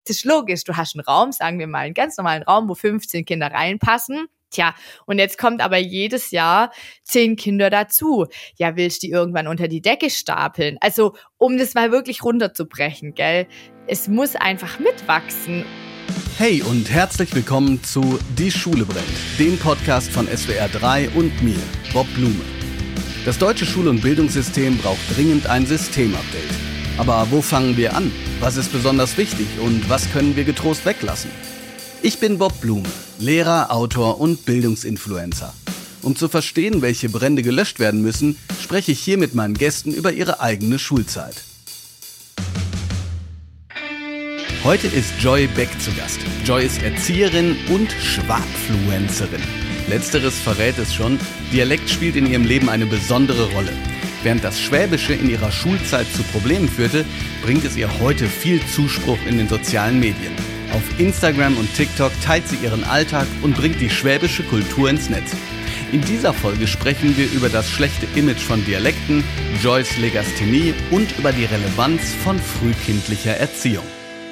Das ist logisch, du hast einen Raum, sagen wir mal, einen ganz normalen Raum, wo 15 Kinder reinpassen. Tja, und jetzt kommt aber jedes Jahr 10 Kinder dazu. Ja, willst du die irgendwann unter die Decke stapeln? Also, um das mal wirklich runterzubrechen, gell? Es muss einfach mitwachsen. Hey und herzlich willkommen zu Die Schule brennt, dem Podcast von SWR 3 und mir, Bob Blume. Das deutsche Schul- und Bildungssystem braucht dringend ein Systemupdate. Aber wo fangen wir an? Was ist besonders wichtig und was können wir getrost weglassen? Ich bin Bob Blume, Lehrer, Autor und Bildungsinfluencer. Um zu verstehen, welche Brände gelöscht werden müssen, spreche ich hier mit meinen Gästen über ihre eigene Schulzeit. Heute ist Joy Beck zu Gast. Joy ist Erzieherin und Schwabfluencerin. Letzteres verrät es schon, Dialekt spielt in ihrem Leben eine besondere Rolle. Während das Schwäbische in ihrer Schulzeit zu Problemen führte, bringt es ihr heute viel Zuspruch in den sozialen Medien. Auf Instagram und TikTok teilt sie ihren Alltag und bringt die schwäbische Kultur ins Netz. In dieser Folge sprechen wir über das schlechte Image von Dialekten, Joys Legasthenie und über die Relevanz von frühkindlicher Erziehung.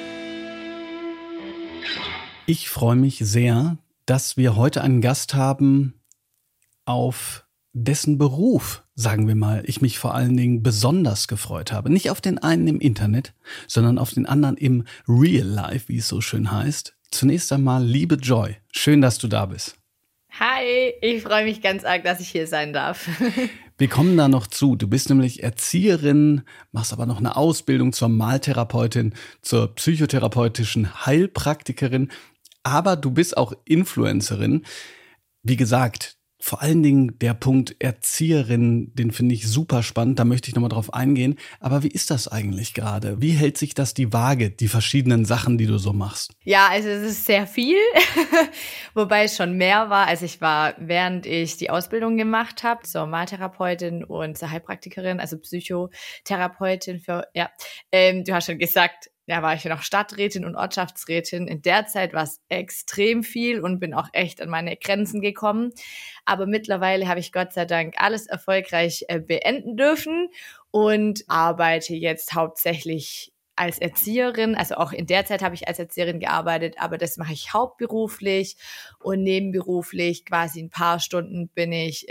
Ich freue mich sehr, dass wir heute einen Gast haben, auf dessen Beruf, sagen wir mal, ich mich vor allen Dingen besonders gefreut habe. Nicht auf den einen im Internet, sondern auf den anderen im Real Life, wie es so schön heißt. Zunächst einmal, liebe Joy, schön, dass du da bist. Hi, ich freue mich ganz arg, dass ich hier sein darf. Wir kommen da noch zu. Du bist nämlich Erzieherin, machst aber noch eine Ausbildung zur Maltherapeutin, zur psychotherapeutischen Heilpraktikerin, aber du bist auch Influencerin. Wie gesagt, vor allen Dingen der Punkt Erzieherin, den finde ich super spannend, da möchte ich nochmal drauf eingehen. Aber wie ist das eigentlich gerade? Wie hält sich das die Waage, die verschiedenen Sachen, die du so machst? Ja, also es ist sehr viel, wobei es schon mehr war, als ich war, während ich die Ausbildung gemacht habe, zur Maltherapeutin und zur Heilpraktikerin, also Psychotherapeutin für, du hast schon gesagt, da war ich ja noch Stadträtin und Ortschaftsrätin. In der Zeit war es extrem viel und bin auch echt an meine Grenzen gekommen. Aber mittlerweile habe ich Gott sei Dank alles erfolgreich beenden dürfen und arbeite jetzt hauptsächlich als Erzieherin. Also auch in der Zeit habe ich als Erzieherin gearbeitet, aber das mache ich hauptberuflich und nebenberuflich quasi ein paar Stunden bin ich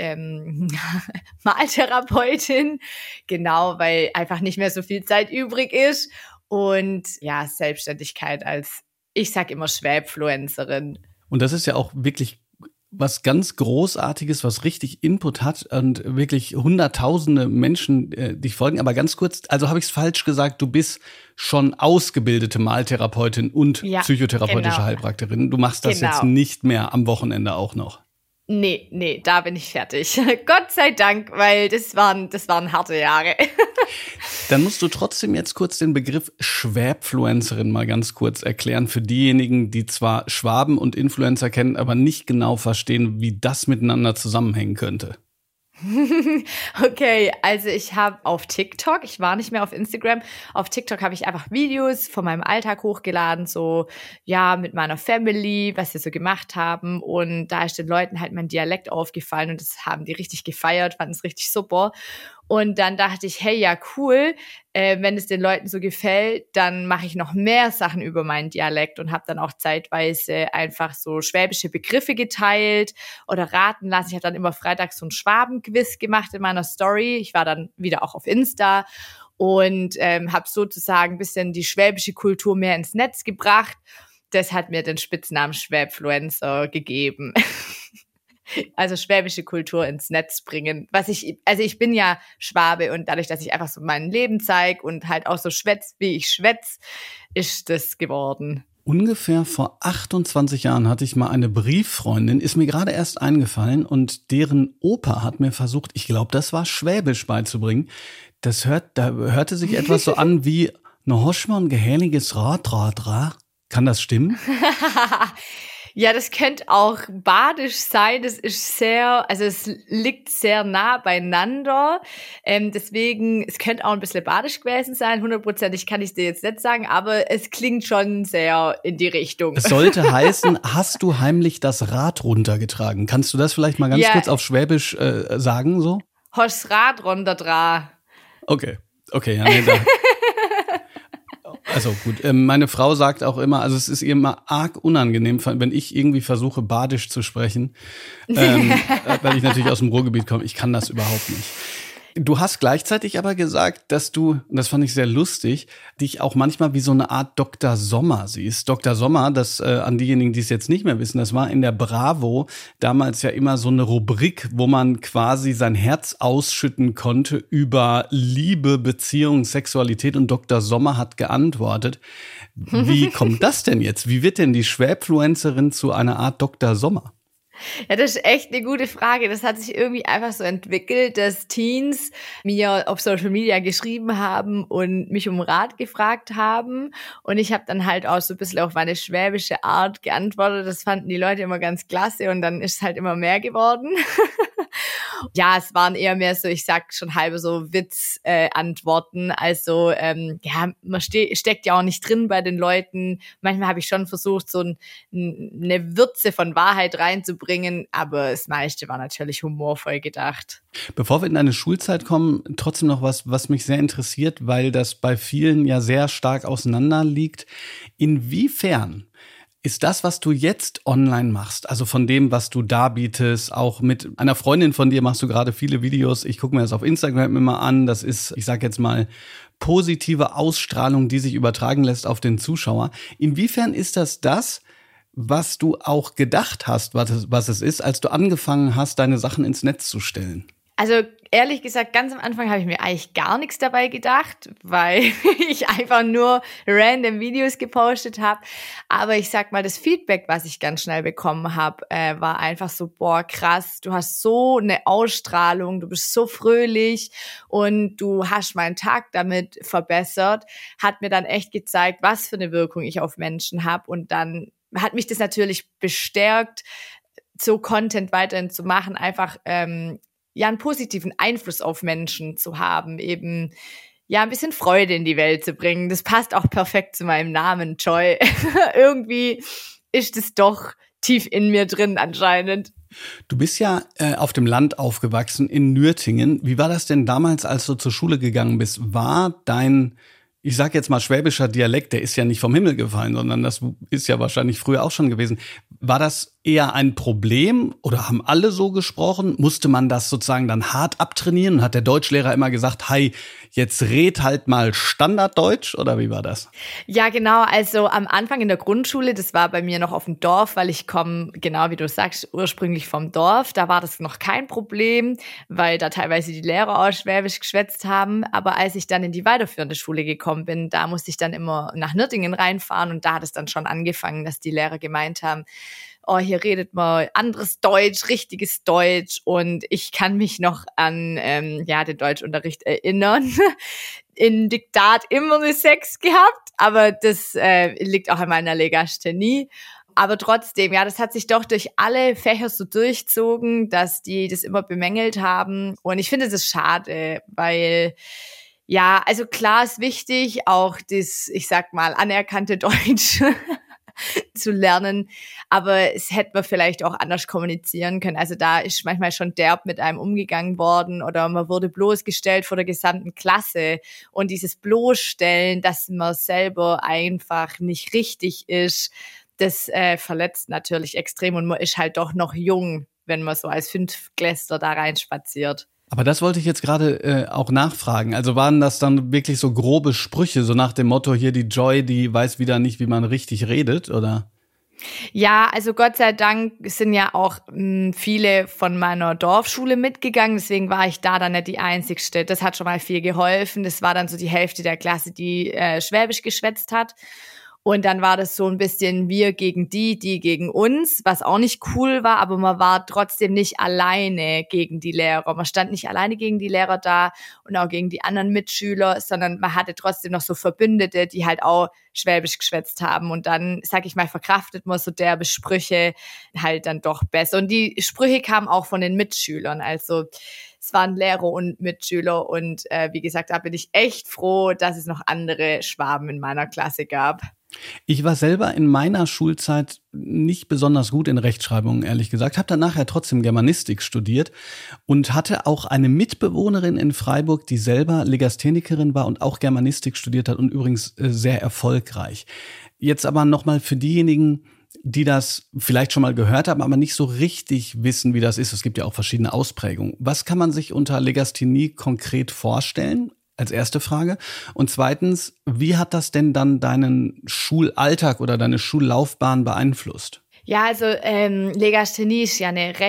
Maltherapeutin. Genau, weil einfach nicht mehr so viel Zeit übrig ist. Und ja, Selbstständigkeit als, ich sag immer, Schwäbfluencerin. Und das ist ja auch wirklich was ganz Großartiges, was richtig Input hat und wirklich hunderttausende Menschen dich folgen. Aber ganz kurz, also habe ich es falsch gesagt, du bist schon ausgebildete Maltherapeutin und psychotherapeutische Heilpraktikerin. Du machst das jetzt nicht mehr am Wochenende auch noch. Nee, da bin ich fertig. Gott sei Dank, weil das waren harte Jahre. Dann musst du trotzdem jetzt kurz den Begriff Schwäbfluencerin mal ganz kurz erklären für diejenigen, die zwar Schwaben und Influencer kennen, aber nicht genau verstehen, wie das miteinander zusammenhängen könnte. Okay, also ich habe auf TikTok, ich war nicht mehr auf Instagram, auf TikTok habe ich einfach Videos von meinem Alltag hochgeladen, so ja, mit meiner Family, was wir so gemacht haben und da ist den Leuten halt mein Dialekt aufgefallen und das haben die richtig gefeiert, fanden es richtig super. Und dann dachte ich, hey, ja, cool, wenn es den Leuten so gefällt, dann mache ich noch mehr Sachen über meinen Dialekt und habe dann auch zeitweise einfach so schwäbische Begriffe geteilt oder raten lassen. Ich habe dann immer freitags so ein Schwabenquiz gemacht in meiner Story. Ich war dann wieder auch auf Insta und habe sozusagen ein bisschen die schwäbische Kultur mehr ins Netz gebracht. Das hat mir den Spitznamen Schwäbfluencer gegeben. Also schwäbische Kultur ins Netz bringen. Ich bin ja Schwabe und dadurch, dass ich einfach so mein Leben zeige und halt auch so schwätz, wie ich schwätz, ist das geworden. Ungefähr vor 28 Jahren hatte ich mal eine Brieffreundin, ist mir gerade erst eingefallen und deren Opa hat mir versucht, ich glaube, das war Schwäbisch beizubringen. Da hörte sich etwas so an wie "No hosch mal ein gehäliges Rad. Kann das stimmen? Ja, das könnte auch badisch sein. Das ist es liegt sehr nah beieinander. Deswegen, es könnte auch ein bisschen badisch gewesen sein. 100%ig kann ich dir jetzt nicht sagen, aber es klingt schon sehr in die Richtung. Es sollte heißen, hast du heimlich das Rad runtergetragen? Kannst du das vielleicht mal ganz kurz auf Schwäbisch sagen, so? Hast Rad runter dra. Okay, ja, nee, da. Also gut, meine Frau sagt auch immer, also es ist ihr immer arg unangenehm, wenn ich irgendwie versuche, Badisch zu sprechen, weil ich natürlich aus dem Ruhrgebiet komme. Ich kann das überhaupt nicht. Du hast gleichzeitig aber gesagt, dass du, und das fand ich sehr lustig, dich auch manchmal wie so eine Art Dr. Sommer siehst. Dr. Sommer, das an diejenigen, die es jetzt nicht mehr wissen, das war in der Bravo damals ja immer so eine Rubrik, wo man quasi sein Herz ausschütten konnte über Liebe, Beziehung, Sexualität, und Dr. Sommer hat geantwortet. Wie kommt das denn jetzt? Wie wird denn die Schwäbfluencerin zu einer Art Dr. Sommer? Ja, das ist echt eine gute Frage. Das hat sich irgendwie einfach so entwickelt, dass Teens mir auf Social Media geschrieben haben und mich um Rat gefragt haben. Und ich habe dann halt auch so ein bisschen auf meine schwäbische Art geantwortet. Das fanden die Leute immer ganz klasse und dann ist es halt immer mehr geworden. Ja, es waren eher mehr so, ich sag schon halbe so Witz-Antworten. Also ja, man steckt ja auch nicht drin bei den Leuten. Manchmal habe ich schon versucht, so eine Würze von Wahrheit reinzubringen, aber das meiste war natürlich humorvoll gedacht. Bevor wir in deine Schulzeit kommen, trotzdem noch was mich sehr interessiert, weil das bei vielen ja sehr stark auseinander liegt. Inwiefern ist das, was du jetzt online machst, also von dem, was du darbietest, auch mit einer Freundin von dir machst du gerade viele Videos, ich gucke mir das auf Instagram immer an, das ist, ich sag jetzt mal, positive Ausstrahlung, die sich übertragen lässt auf den Zuschauer. Inwiefern ist das, was du auch gedacht hast, was es ist, als du angefangen hast, deine Sachen ins Netz zu stellen? Also ehrlich gesagt, ganz am Anfang habe ich mir eigentlich gar nichts dabei gedacht, weil ich einfach nur random Videos gepostet habe. Aber ich sag mal, das Feedback, was ich ganz schnell bekommen habe, war einfach so, boah, krass, du hast so eine Ausstrahlung, du bist so fröhlich und du hast meinen Tag damit verbessert. Hat mir dann echt gezeigt, was für eine Wirkung ich auf Menschen habe. Und dann hat mich das natürlich bestärkt, so Content weiterhin zu machen, einfach ja einen positiven Einfluss auf Menschen zu haben, eben ja ein bisschen Freude in die Welt zu bringen. Das passt auch perfekt zu meinem Namen, Joy. Irgendwie ist es doch tief in mir drin anscheinend. Du bist ja auf dem Land aufgewachsen, in Nürtingen. Wie war das denn damals, als du zur Schule gegangen bist? War dein, ich sag jetzt mal, schwäbischer Dialekt, der ist ja nicht vom Himmel gefallen, sondern das ist ja wahrscheinlich früher auch schon gewesen. War das eher ein Problem oder haben alle so gesprochen? Musste man das sozusagen dann hart abtrainieren? Und hat der Deutschlehrer immer gesagt, hey, jetzt red halt mal Standarddeutsch, oder wie war das? Ja, genau. Also am Anfang in der Grundschule, das war bei mir noch auf dem Dorf, weil ich komme, genau wie du sagst, ursprünglich vom Dorf. Da war das noch kein Problem, weil da teilweise die Lehrer auch Schwäbisch geschwätzt haben. Aber als ich dann in die weiterführende Schule gekommen bin, da musste ich dann immer nach Nürtingen reinfahren und da hat es dann schon angefangen, dass die Lehrer gemeint haben, oh, hier redet man anderes Deutsch, richtiges Deutsch. Und ich kann mich noch an den Deutschunterricht erinnern. In Diktat immer eine 6 gehabt, aber das liegt auch an meiner Legasthenie. Aber trotzdem, ja, das hat sich doch durch alle Fächer so durchzogen, dass die das immer bemängelt haben. Und ich finde das schade, weil ja, also klar ist wichtig, auch das, ich sag mal, anerkannte Deutsch zu lernen, aber es hätte man vielleicht auch anders kommunizieren können. Also da ist manchmal schon derb mit einem umgegangen worden oder man wurde bloßgestellt vor der gesamten Klasse und dieses Bloßstellen, dass man selber einfach nicht richtig ist, das verletzt natürlich extrem und man ist halt doch noch jung, wenn man so als Fünftklässler da reinspaziert. Aber das wollte ich jetzt gerade auch nachfragen. Also waren das dann wirklich so grobe Sprüche, so nach dem Motto, hier die Joy, die weiß wieder nicht, wie man richtig redet, oder? Ja, also Gott sei Dank sind ja auch viele von meiner Dorfschule mitgegangen, deswegen war ich da dann nicht die Einzigste. Das hat schon mal viel geholfen. Das war dann so die Hälfte der Klasse, die Schwäbisch geschwätzt hat. Und dann war das so ein bisschen wir gegen die gegen uns, was auch nicht cool war, aber man war trotzdem nicht alleine gegen die Lehrer. Man stand nicht alleine gegen die Lehrer da und auch gegen die anderen Mitschüler, sondern man hatte trotzdem noch so Verbündete, die halt auch Schwäbisch geschwätzt haben. Und dann, sag ich mal, verkraftet man so derbe Sprüche halt dann doch besser. Und die Sprüche kamen auch von den Mitschülern. Also Es waren Lehrer und Mitschüler und wie gesagt, da bin ich echt froh, dass es noch andere Schwaben in meiner Klasse gab. Ich war selber in meiner Schulzeit nicht besonders gut in Rechtschreibung, ehrlich gesagt. Habe dann nachher trotzdem Germanistik studiert und hatte auch eine Mitbewohnerin in Freiburg, die selber Legasthenikerin war und auch Germanistik studiert hat und übrigens sehr erfolgreich. Jetzt aber nochmal für diejenigen, die das vielleicht schon mal gehört haben, aber nicht so richtig wissen, wie das ist. Es gibt ja auch verschiedene Ausprägungen. Was kann man sich unter Legasthenie konkret vorstellen? Als erste Frage. Und zweitens, wie hat das denn dann deinen Schulalltag oder deine Schullaufbahn beeinflusst? Ja, also Legasthenie ist ja eine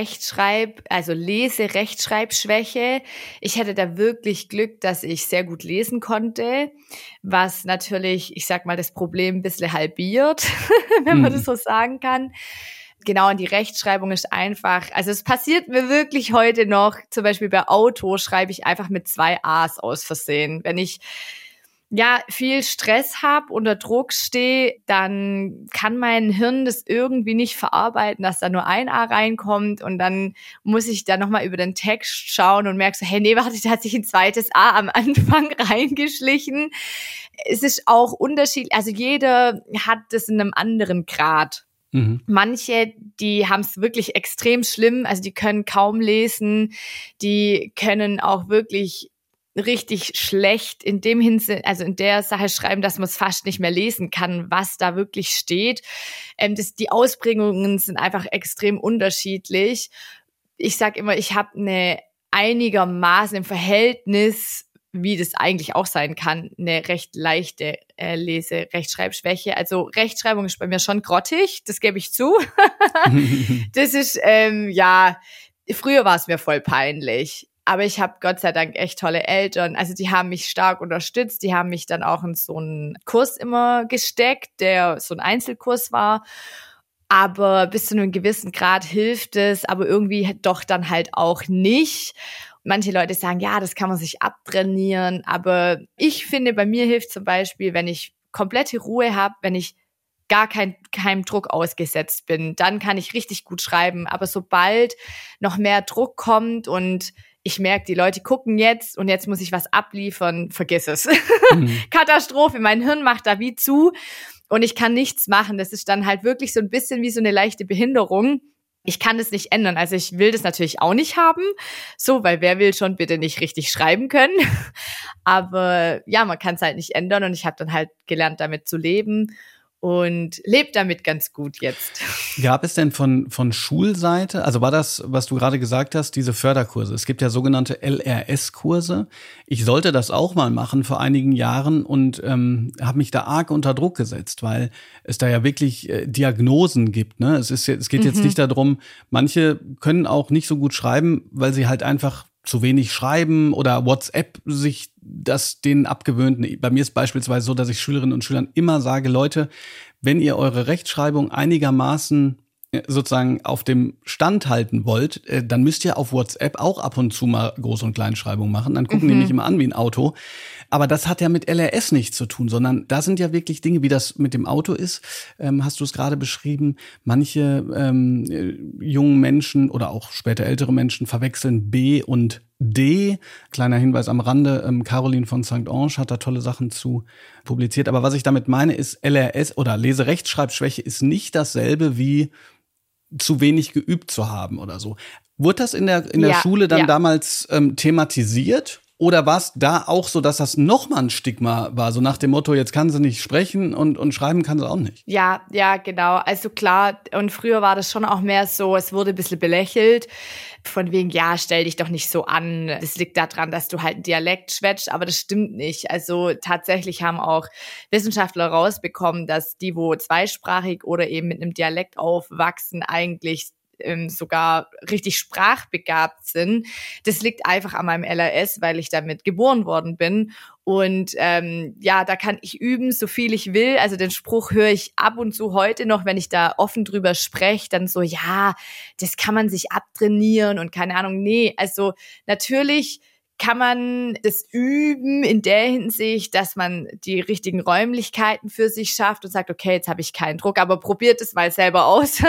Lese-Rechtschreibschwäche. Ich hatte da wirklich Glück, dass ich sehr gut lesen konnte, was natürlich, ich sag mal, das Problem ein bisschen halbiert, wenn man das so sagen kann. Genau, und die Rechtschreibung ist einfach, also es passiert mir wirklich heute noch, zum Beispiel bei Auto schreibe ich einfach mit 2 A's aus Versehen. Wenn ich viel Stress habe, unter Druck stehe, dann kann mein Hirn das irgendwie nicht verarbeiten, dass da nur ein A reinkommt und dann muss ich da nochmal über den Text schauen und merke so, hey, nee, warte, da hat sich ein zweites A am Anfang reingeschlichen. Es ist auch unterschiedlich, also jeder hat das in einem anderen Grad. Manche, die haben es wirklich extrem schlimm, also die können kaum lesen, die können auch wirklich richtig schlecht in dem Hinsicht, also in der Sache schreiben, dass man es fast nicht mehr lesen kann, was da wirklich steht. Die Ausprägungen sind einfach extrem unterschiedlich. Ich sag immer, ich habe eine einigermaßen im Verhältnis, wie das eigentlich auch sein kann, eine recht leichte Rechtschreibschwäche. Also Rechtschreibung ist bei mir schon grottig, das gebe ich zu. Das ist, früher war es mir voll peinlich. Aber ich habe Gott sei Dank echt tolle Eltern. Also die haben mich stark unterstützt. Die haben mich dann auch in so einen Kurs immer gesteckt, der so ein Einzelkurs war. Aber bis zu einem gewissen Grad hilft es, aber irgendwie doch dann halt auch nicht. Manche Leute sagen, ja, das kann man sich abtrainieren. Aber ich finde, bei mir hilft zum Beispiel, wenn ich komplette Ruhe habe, wenn ich gar keinem Druck ausgesetzt bin, dann kann ich richtig gut schreiben. Aber sobald noch mehr Druck kommt und ich merke, die Leute gucken jetzt und jetzt muss ich was abliefern, vergiss es. Katastrophe, mein Hirn macht da wie zu und ich kann nichts machen. Das ist dann halt wirklich so ein bisschen wie so eine leichte Behinderung. Ich kann das nicht ändern. Also ich will das natürlich auch nicht haben, so, weil wer will schon bitte nicht richtig schreiben können. Aber ja, man kann es halt nicht ändern und ich habe dann halt gelernt, damit zu leben. Und lebt damit ganz gut jetzt. Gab es denn von Schulseite, also war das, was du gerade gesagt hast, diese Förderkurse? Es gibt ja sogenannte LRS-Kurse. Ich sollte das auch mal machen vor einigen Jahren und habe mich da arg unter Druck gesetzt, weil es da ja wirklich Diagnosen gibt. Ne? Es geht jetzt nicht darum, manche können auch nicht so gut schreiben, weil sie halt einfach zu wenig schreiben oder WhatsApp sich das denen abgewöhnt. Bei mir ist beispielsweise so, dass ich Schülerinnen und Schülern immer sage, Leute, wenn ihr eure Rechtschreibung einigermaßen sozusagen auf dem Stand halten wollt, dann müsst ihr auf WhatsApp auch ab und zu mal Groß- und Kleinschreibung machen. Dann gucken die mich immer an wie ein Auto. Aber das hat ja mit LRS nichts zu tun, sondern da sind ja wirklich Dinge, wie das mit dem Auto ist. Hast du es gerade beschrieben? Manche jungen Menschen oder auch später ältere Menschen verwechseln B und D. Kleiner Hinweis am Rande, Caroline von St. Ange hat da tolle Sachen zu publiziert. Aber was ich damit meine, ist LRS oder Leserechtschreibschwäche ist nicht dasselbe wie zu wenig geübt zu haben oder so. Wurde das in der Schule dann damals thematisiert? Oder war es da auch so, dass das nochmal ein Stigma war? So nach dem Motto, jetzt kann sie nicht sprechen und schreiben kann sie auch nicht. Ja, genau. Also klar, und früher war das schon auch mehr so, es wurde ein bisschen belächelt. Von wegen, ja, stell dich doch nicht so an. Das liegt daran, dass du halt einen Dialekt schwätzt, aber das stimmt nicht. Also tatsächlich haben auch Wissenschaftler rausbekommen, dass die, wo zweisprachig oder eben mit einem Dialekt aufwachsen, eigentlich sogar richtig sprachbegabt sind. Das liegt einfach an meinem LRS, weil ich damit geboren worden bin. Und da kann ich üben, so viel ich will. Also den Spruch höre ich ab und zu heute noch, wenn ich da offen drüber spreche, dann so, ja, das kann man sich abtrainieren und keine Ahnung. Nee, also natürlich kann man das üben in der Hinsicht, dass man die richtigen Räumlichkeiten für sich schafft und sagt, okay, jetzt habe ich keinen Druck, aber probiert es mal selber aus.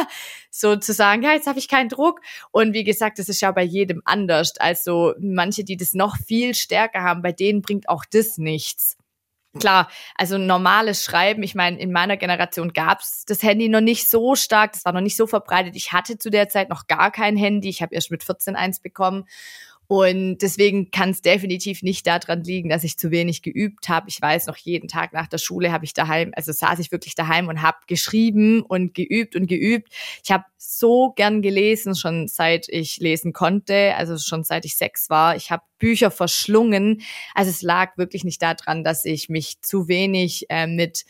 So zu sagen, ja, jetzt habe ich keinen Druck. Und wie gesagt, das ist ja bei jedem anders. Also manche, die das noch viel stärker haben, bei denen bringt auch das nichts. Klar, also normales Schreiben, ich meine, in meiner Generation gab's das Handy noch nicht so stark, das war noch nicht so verbreitet. Ich hatte zu der Zeit noch gar kein Handy, ich habe erst mit 14 eins bekommen. Und deswegen kann es definitiv nicht daran liegen, dass ich zu wenig geübt habe. Ich weiß noch, jeden Tag nach der Schule habe ich daheim, also saß ich wirklich daheim und habe geschrieben und geübt und geübt. Ich habe so gern gelesen, schon seit ich lesen konnte, also schon seit ich 6 war. Ich habe Bücher verschlungen. Also es lag wirklich nicht daran, dass ich mich zu wenig mit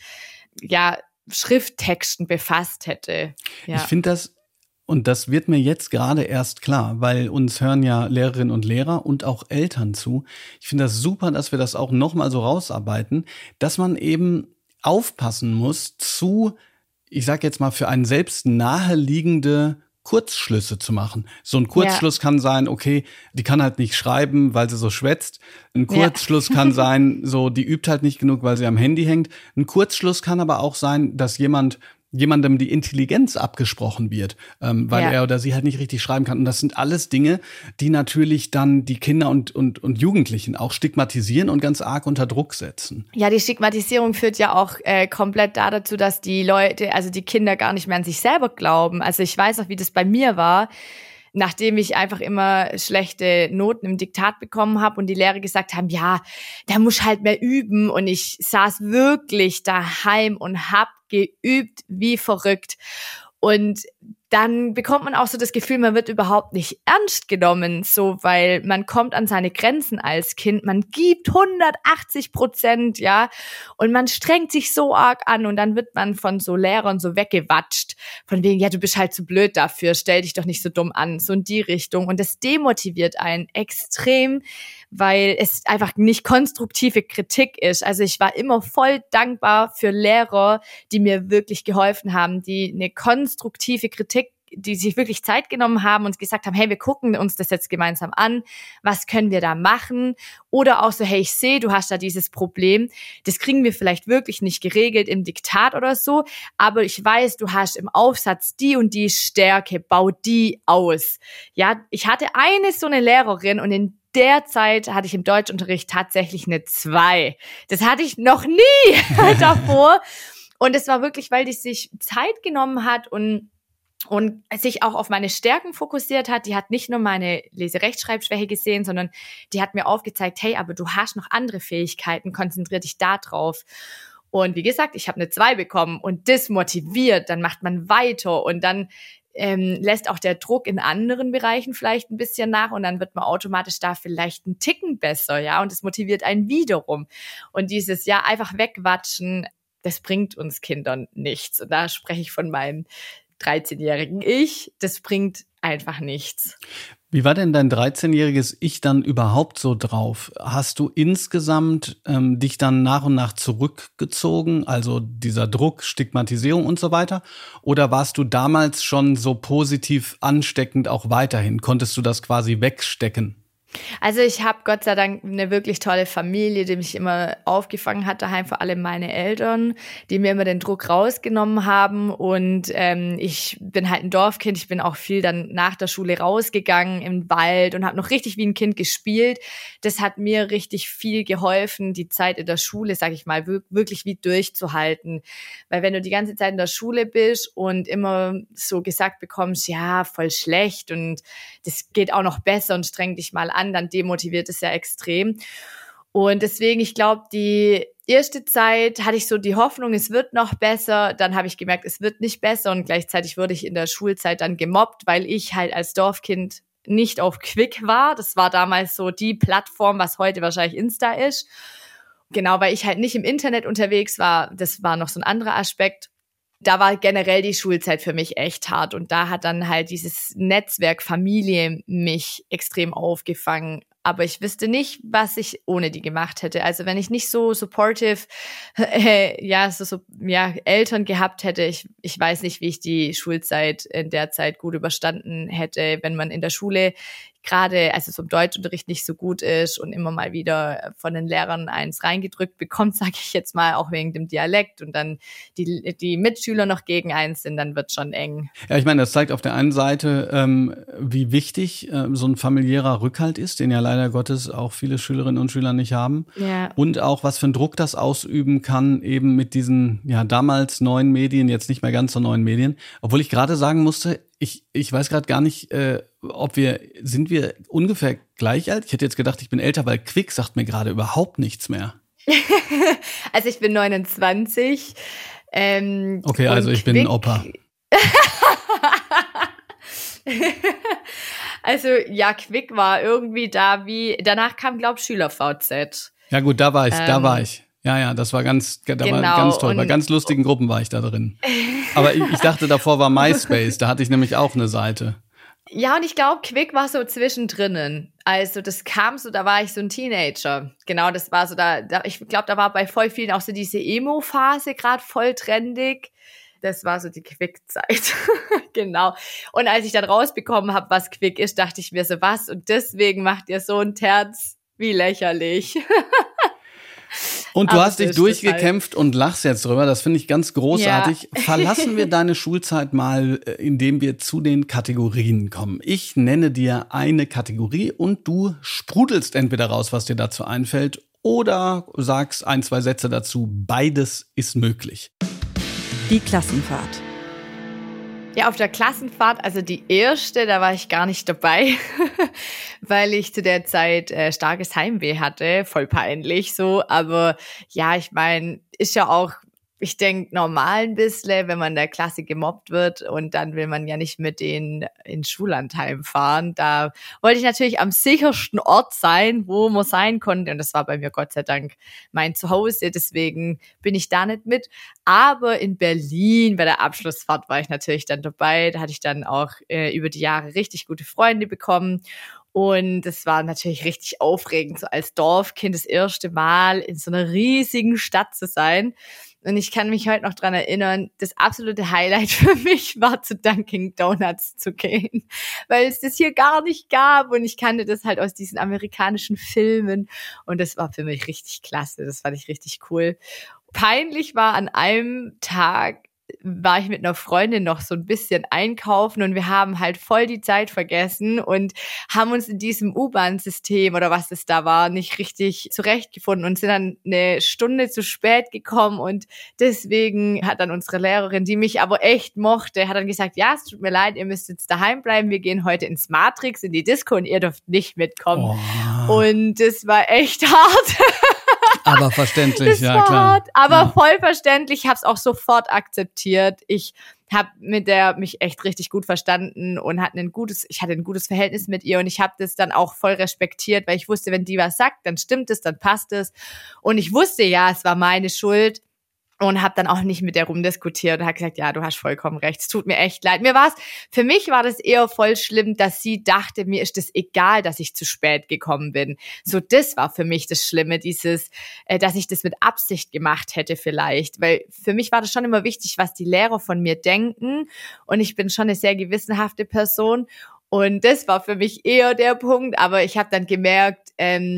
Schrifttexten befasst hätte. Ja. Ich finde das, und das wird mir jetzt gerade erst klar, weil uns hören ja Lehrerinnen und Lehrer und auch Eltern zu. Ich finde das super, dass wir das auch nochmal so rausarbeiten, dass man eben aufpassen muss ich sag jetzt mal, für einen selbst naheliegende Kurzschlüsse zu machen. So ein Kurzschluss kann sein, okay, die kann halt nicht schreiben, weil sie so schwätzt. Ein Kurzschluss kann sein, so die übt halt nicht genug, weil sie am Handy hängt. Ein Kurzschluss kann aber auch sein, dass jemandem die Intelligenz abgesprochen wird, weil er oder sie halt nicht richtig schreiben kann. Und das sind alles Dinge, die natürlich dann die Kinder und Jugendlichen auch stigmatisieren und ganz arg unter Druck setzen. Ja, die Stigmatisierung führt ja auch komplett dazu, dass die Leute, also die Kinder gar nicht mehr an sich selber glauben. Also ich weiß auch, wie das bei mir war, nachdem ich einfach immer schlechte Noten im Diktat bekommen habe und die Lehrer gesagt haben, ja, da musst halt mehr üben. Und ich saß wirklich daheim und hab geübt wie verrückt. Und dann bekommt man auch so das Gefühl, man wird überhaupt nicht ernst genommen, so, weil man kommt an seine Grenzen als Kind, man gibt 180%, ja, und man strengt sich so arg an und dann wird man von so Lehrern so weggewatscht, von wegen, ja, du bist halt zu blöd dafür, stell dich doch nicht so dumm an, so in die Richtung, und das demotiviert einen extrem, weil es einfach nicht konstruktive Kritik ist. Also ich war immer voll dankbar für Lehrer, die mir wirklich geholfen haben, die eine konstruktive Kritik, die sich wirklich Zeit genommen haben und gesagt haben, hey, wir gucken uns das jetzt gemeinsam an, was können wir da machen? Oder auch so, hey, ich sehe, du hast da dieses Problem, das kriegen wir vielleicht wirklich nicht geregelt im Diktat oder so, aber ich weiß, du hast im Aufsatz die und die Stärke, bau die aus. Ja, ich hatte so eine Lehrerin und in der Zeit hatte ich im Deutschunterricht tatsächlich eine 2. Das hatte ich noch nie davor. Und es war wirklich, weil die sich Zeit genommen hat und sich auch auf meine Stärken fokussiert hat. Die hat nicht nur meine Leserechtschreibschwäche gesehen, sondern die hat mir aufgezeigt, hey, aber du hast noch andere Fähigkeiten, konzentrier dich da drauf. Und wie gesagt, ich habe eine 2 bekommen und das motiviert, dann macht man weiter und dann lässt auch der Druck in anderen Bereichen vielleicht ein bisschen nach und dann wird man automatisch da vielleicht einen Ticken besser, ja, und das motiviert einen wiederum. Und dieses, ja, einfach wegwatschen, das bringt uns Kindern nichts. Und da spreche ich von meinem 13-jährigen Ich, das bringt einfach nichts. Wie war denn dein 13-jähriges Ich dann überhaupt so drauf? Hast du insgesamt dich dann nach und nach zurückgezogen, also dieser Druck, Stigmatisierung und so weiter? Oder warst du damals schon so positiv ansteckend auch weiterhin? Konntest du das quasi wegstecken? Also ich habe Gott sei Dank eine wirklich tolle Familie, die mich immer aufgefangen hat daheim, vor allem meine Eltern, die mir immer den Druck rausgenommen haben und ich bin halt ein Dorfkind, ich bin auch viel dann nach der Schule rausgegangen im Wald und habe noch richtig wie ein Kind gespielt. Das hat mir richtig viel geholfen, die Zeit in der Schule, sag ich mal, wirklich wie durchzuhalten, weil wenn du die ganze Zeit in der Schule bist und immer so gesagt bekommst, ja, voll schlecht und das geht auch noch besser und streng dich mal an, dann demotiviert es ja extrem. Und deswegen, ich glaube, die erste Zeit hatte ich so die Hoffnung, es wird noch besser. Dann habe ich gemerkt, es wird nicht besser. Und gleichzeitig wurde ich in der Schulzeit dann gemobbt, weil ich halt als Dorfkind nicht auf Quick war. Das war damals so die Plattform, was heute wahrscheinlich Insta ist. Genau, weil ich halt nicht im Internet unterwegs war. Das war noch so ein anderer Aspekt. Da war generell die Schulzeit für mich echt hart und da hat dann halt dieses Netzwerk Familie mich extrem aufgefangen. Aber ich wüsste nicht, was ich ohne die gemacht hätte. Also wenn ich nicht so supportive Eltern gehabt hätte, ich weiß nicht, wie ich die Schulzeit in der Zeit gut überstanden hätte, wenn man in der Schule gerade, also so im Deutschunterricht nicht so gut ist und immer mal wieder von den Lehrern eins reingedrückt bekommt, sage ich jetzt mal, auch wegen dem Dialekt und dann die Mitschüler noch gegen eins sind, dann wird schon eng. Ja, ich meine, das zeigt auf der einen Seite, wie wichtig so ein familiärer Rückhalt ist, den ja leider Gottes auch viele Schülerinnen und Schüler nicht haben. Ja. Und auch, was für einen Druck das ausüben kann, eben mit diesen damals neuen Medien, jetzt nicht mehr ganz so neuen Medien. Obwohl ich gerade sagen musste, ich weiß gerade gar nicht, sind wir ungefähr gleich alt? Ich hätte jetzt gedacht, ich bin älter, weil Quick sagt mir gerade überhaupt nichts mehr. Also ich bin 29. Okay, also ich bin ein Opa. Also ja, Quick war irgendwie danach kam, glaube ich, Schüler-VZ. Ja gut, da war ich. Ja, das war ganz toll. Bei ganz lustigen Gruppen war ich da drin. Aber ich dachte, davor war MySpace, da hatte ich nämlich auch eine Seite. Ja, und ich glaube, Quick war so zwischendrin. Also das kam so, da war ich so ein Teenager. Genau, das war so ich glaube, da war bei voll vielen auch so diese Emo-Phase gerade voll trendig. Das war so die Quick-Zeit. Genau. Und als ich dann rausbekommen habe, was Quick ist, dachte ich mir so, was? Und deswegen macht ihr so ein Terz, wie lächerlich. Und du hast dich durchgekämpft und lachst jetzt drüber. Das finde ich ganz großartig. Ja. Verlassen wir deine Schulzeit mal, indem wir zu den Kategorien kommen. Ich nenne dir eine Kategorie und du sprudelst entweder raus, was dir dazu einfällt, oder sagst 1, 2 Sätze dazu. Beides ist möglich. Die Klassenfahrt. Ja, auf der Klassenfahrt, also die erste, da war ich gar nicht dabei, weil ich zu der Zeit starkes Heimweh hatte, voll peinlich so. Aber ja, ich meine, ist ja auch, ich denke, normal ein bisschen, wenn man in der Klasse gemobbt wird und dann will man ja nicht mit denen ins Schullandheim fahren. Da wollte ich natürlich am sichersten Ort sein, wo man sein konnte. Und das war bei mir Gott sei Dank mein Zuhause. Deswegen bin ich da nicht mit. Aber in Berlin bei der Abschlussfahrt war ich natürlich dann dabei. Da hatte ich dann auch über die Jahre richtig gute Freunde bekommen. Und es war natürlich richtig aufregend, so als Dorfkind das erste Mal in so einer riesigen Stadt zu sein. Und ich kann mich heute noch dran erinnern, das absolute Highlight für mich war, zu Dunkin' Donuts zu gehen, weil es das hier gar nicht gab und ich kannte das halt aus diesen amerikanischen Filmen und das war für mich richtig klasse, das fand ich richtig cool. Peinlich war an einem Tag, war ich mit einer Freundin noch so ein bisschen einkaufen und wir haben halt voll die Zeit vergessen und haben uns in diesem U-Bahn-System oder was es da war, nicht richtig zurechtgefunden und sind dann eine Stunde zu spät gekommen und deswegen hat dann unsere Lehrerin, die mich aber echt mochte, hat dann gesagt, ja, es tut mir leid, ihr müsst jetzt daheim bleiben, wir gehen heute ins Matrix, in die Disco und ihr dürft nicht mitkommen. Oh. Und das war echt hart. Aber verständlich, das ja klar. Hart, aber voll verständlich. Ich habe es auch sofort akzeptiert. Ich habe mit der mich echt richtig gut verstanden und ich hatte ein gutes Verhältnis mit ihr und ich habe das dann auch voll respektiert, weil ich wusste, wenn die was sagt, dann stimmt es, dann passt es. Und ich wusste ja, es war meine Schuld. Und habe dann auch nicht mit der rumdiskutiert und habe gesagt, ja, du hast vollkommen recht, es tut mir echt leid. Für mich war das eher voll schlimm, dass sie dachte, mir ist das egal, dass ich zu spät gekommen bin. So, das war für mich das Schlimme, dass ich das mit Absicht gemacht hätte vielleicht. Weil für mich war das schon immer wichtig, was die Lehrer von mir denken. Und ich bin schon eine sehr gewissenhafte Person. Und das war für mich eher der Punkt. Aber ich habe dann gemerkt,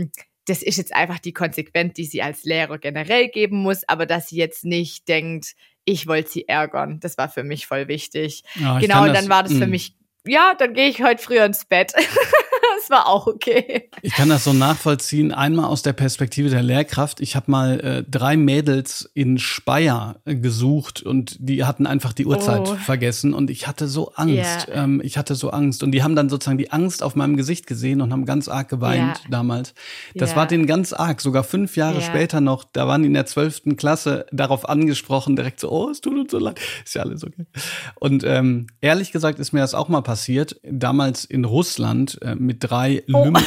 das ist jetzt einfach die Konsequenz, die sie als Lehrer generell geben muss, aber dass sie jetzt nicht denkt, ich wollte sie ärgern. Das war für mich voll wichtig. Ja, genau, und dann war das für mich, ja, dann gehe ich heute früher ins Bett. Das war auch okay. Ich kann das so nachvollziehen. Einmal aus der Perspektive der Lehrkraft. Ich habe mal 3 Mädels in Speyer gesucht und die hatten einfach die Uhrzeit vergessen und ich hatte so Angst. Yeah. Ich hatte so Angst und die haben dann sozusagen die Angst auf meinem Gesicht gesehen und haben ganz arg geweint damals. Das war denen ganz arg. Sogar 5 Jahre später noch, da waren die in der 12. Klasse darauf angesprochen, direkt so, oh, es tut uns so leid. Ist ja alles okay. Und ehrlich gesagt ist mir das auch mal passiert, damals in Russland mit 3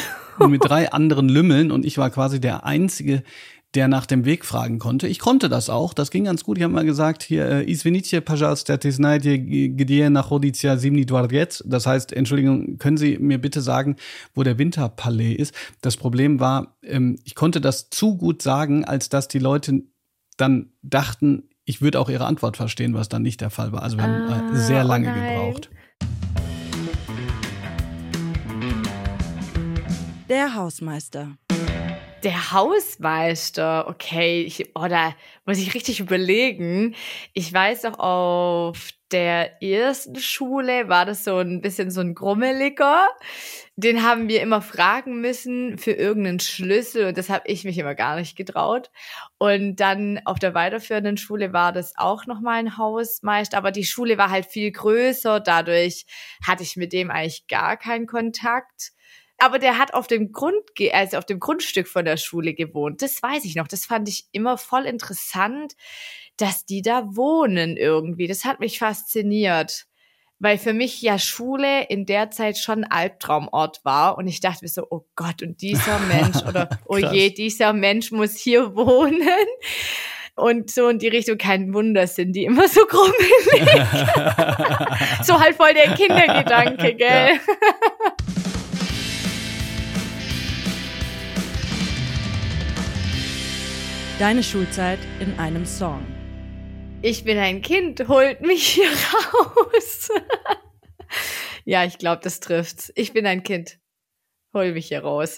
anderen Lümmeln und ich war quasi der Einzige, der nach dem Weg fragen konnte. Ich konnte das auch, das ging ganz gut. Ich habe mal gesagt, hier, извините, пожалуйста, ты знаете, где находится Zimny Dvorets? Das heißt, Entschuldigung, können Sie mir bitte sagen, wo der Winterpalais ist? Das Problem war, ich konnte das zu gut sagen, als dass die Leute dann dachten, ich würde auch ihre Antwort verstehen, was dann nicht der Fall war. Also wir haben sehr lange gebraucht. Der Hausmeister. Der Hausmeister, okay, da muss ich richtig überlegen. Ich weiß noch, auf der ersten Schule war das so ein bisschen so ein Grummeliger. Den haben wir immer fragen müssen für irgendeinen Schlüssel und das habe ich mich immer gar nicht getraut. Und dann auf der weiterführenden Schule war das auch nochmal ein Hausmeister, aber die Schule war halt viel größer, dadurch hatte ich mit dem eigentlich gar keinen Kontakt. Aber der hat auf dem Grundstück von der Schule gewohnt. Das weiß ich noch. Das fand ich immer voll interessant, dass die da wohnen irgendwie. Das hat mich fasziniert. Weil für mich ja Schule in der Zeit schon ein Albtraumort war. Und ich dachte mir so, oh Gott, und dieser Mensch oder oh je, dieser Mensch muss hier wohnen. Und so in die Richtung, kein Wunder sind die immer so grummelig. So halt voll der Kindergedanke, gell? Ja. Deine Schulzeit in einem Song. Ich bin ein Kind, holt mich hier raus. Ja, ich glaube, das trifft's. Ich bin ein Kind, hol mich hier raus.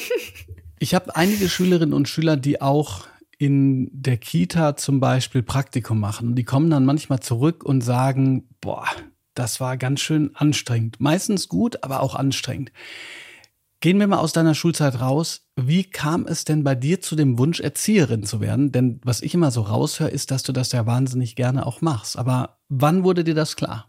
Ich habe einige Schülerinnen und Schüler, die auch in der Kita zum Beispiel Praktikum machen. Und die kommen dann manchmal zurück und sagen, boah, das war ganz schön anstrengend. Meistens gut, aber auch anstrengend. Gehen wir mal aus deiner Schulzeit raus. Wie kam es denn bei dir zu dem Wunsch, Erzieherin zu werden? Denn was ich immer so raushöre, ist, dass du das ja wahnsinnig gerne auch machst. Aber wann wurde dir das klar?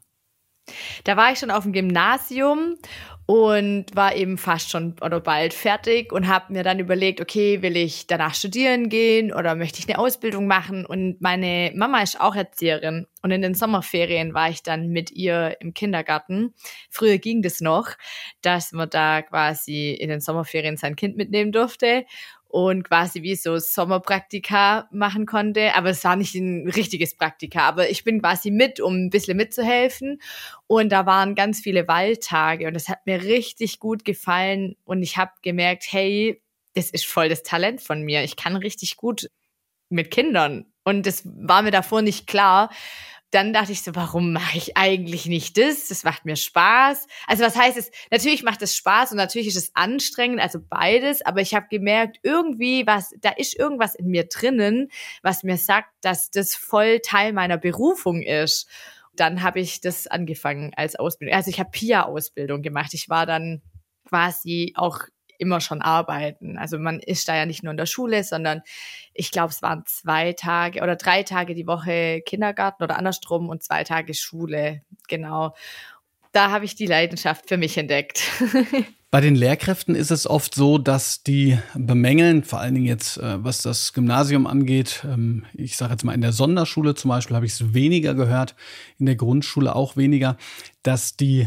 Da war ich schon auf dem Gymnasium und war eben fast schon oder bald fertig und habe mir dann überlegt, okay, will ich danach studieren gehen oder möchte ich eine Ausbildung machen? Und meine Mama ist auch Erzieherin und in den Sommerferien war ich dann mit ihr im Kindergarten. Früher ging das noch, dass man da quasi in den Sommerferien sein Kind mitnehmen durfte und quasi wie so Sommerpraktika machen konnte. Aber es war nicht ein richtiges Praktika. Aber ich bin quasi mit, um ein bisschen mitzuhelfen. Und da waren ganz viele Waldtage und das hat mir richtig gut gefallen. Und ich habe gemerkt, hey, das ist voll das Talent von mir. Ich kann richtig gut mit Kindern. Und das war mir davor nicht klar. Dann dachte ich so, warum mache ich eigentlich nicht das? Das macht mir Spaß. Also was heißt es? Natürlich macht es Spaß und natürlich ist es anstrengend, also beides. Aber ich habe gemerkt, irgendwie da ist irgendwas in mir drinnen, was mir sagt, dass das voll Teil meiner Berufung ist. Dann habe ich das angefangen als Ausbildung. Also ich habe PIA-Ausbildung gemacht. Ich war dann quasi auch immer schon arbeiten. Also man ist da ja nicht nur in der Schule, sondern ich glaube, es waren 2 Tage oder 3 Tage die Woche Kindergarten oder andersrum und 2 Tage Schule. Genau. Da habe ich die Leidenschaft für mich entdeckt. Bei den Lehrkräften ist es oft so, dass die bemängeln, vor allen Dingen jetzt, was das Gymnasium angeht, ich sage jetzt mal in der Sonderschule zum Beispiel habe ich es weniger gehört, in der Grundschule auch weniger, dass die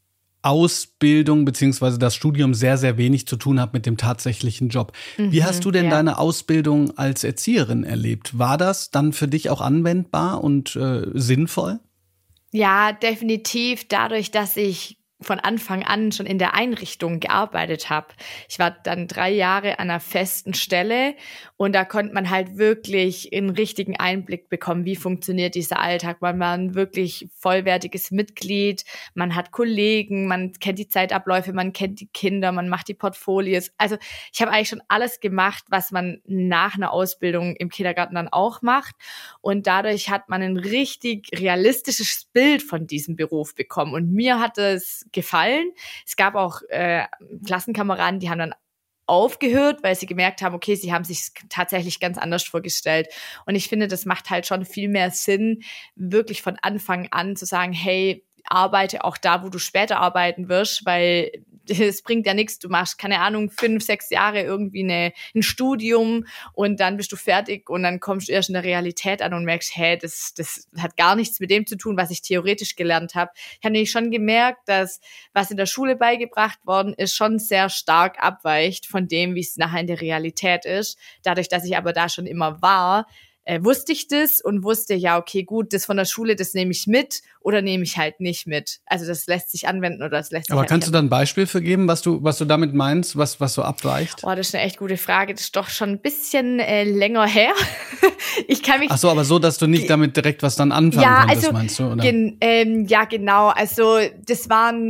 Ausbildung beziehungsweise das Studium sehr, sehr wenig zu tun hat mit dem tatsächlichen Job. Wie hast du denn deine Ausbildung als Erzieherin erlebt? War das dann für dich auch anwendbar und sinnvoll? Ja, definitiv. Dadurch, dass ich von Anfang an schon in der Einrichtung gearbeitet habe. Ich war dann 3 Jahre an einer festen Stelle und da konnte man halt wirklich einen richtigen Einblick bekommen, wie funktioniert dieser Alltag. Man war ein wirklich vollwertiges Mitglied, man hat Kollegen, man kennt die Zeitabläufe, man kennt die Kinder, man macht die Portfolios. Also ich habe eigentlich schon alles gemacht, was man nach einer Ausbildung im Kindergarten dann auch macht und dadurch hat man ein richtig realistisches Bild von diesem Beruf bekommen und mir hat es gefallen. Es gab auch Klassenkameraden, die haben dann aufgehört, weil sie gemerkt haben, okay, sie haben sich tatsächlich ganz anders vorgestellt. Und ich finde, das macht halt schon viel mehr Sinn, wirklich von Anfang an zu sagen, hey, arbeite auch da, wo du später arbeiten wirst, weil es bringt ja nichts. Du machst, keine Ahnung, 5, 6 Jahre irgendwie ein Studium und dann bist du fertig und dann kommst du erst in der Realität an und merkst, hey, das hat gar nichts mit dem zu tun, was ich theoretisch gelernt habe. Ich habe nämlich schon gemerkt, dass was in der Schule beigebracht worden ist, schon sehr stark abweicht von dem, wie es nachher in der Realität ist. Dadurch, dass ich aber da schon immer war, wusste ich das und wusste, ja, okay, gut, das von der Schule, das nehme ich mit oder nehme ich halt nicht mit. Also das lässt sich anwenden oder das lässt sich Aber halt kannst du da ein Beispiel für geben, was du damit meinst, was so abweicht? Oh, das ist eine echt gute Frage. Das ist doch schon ein bisschen länger her. Ich kann mich. Ach so, aber so, dass du nicht damit direkt was dann anfangen konntest, meinst du? Oder? Ja, genau. Also das waren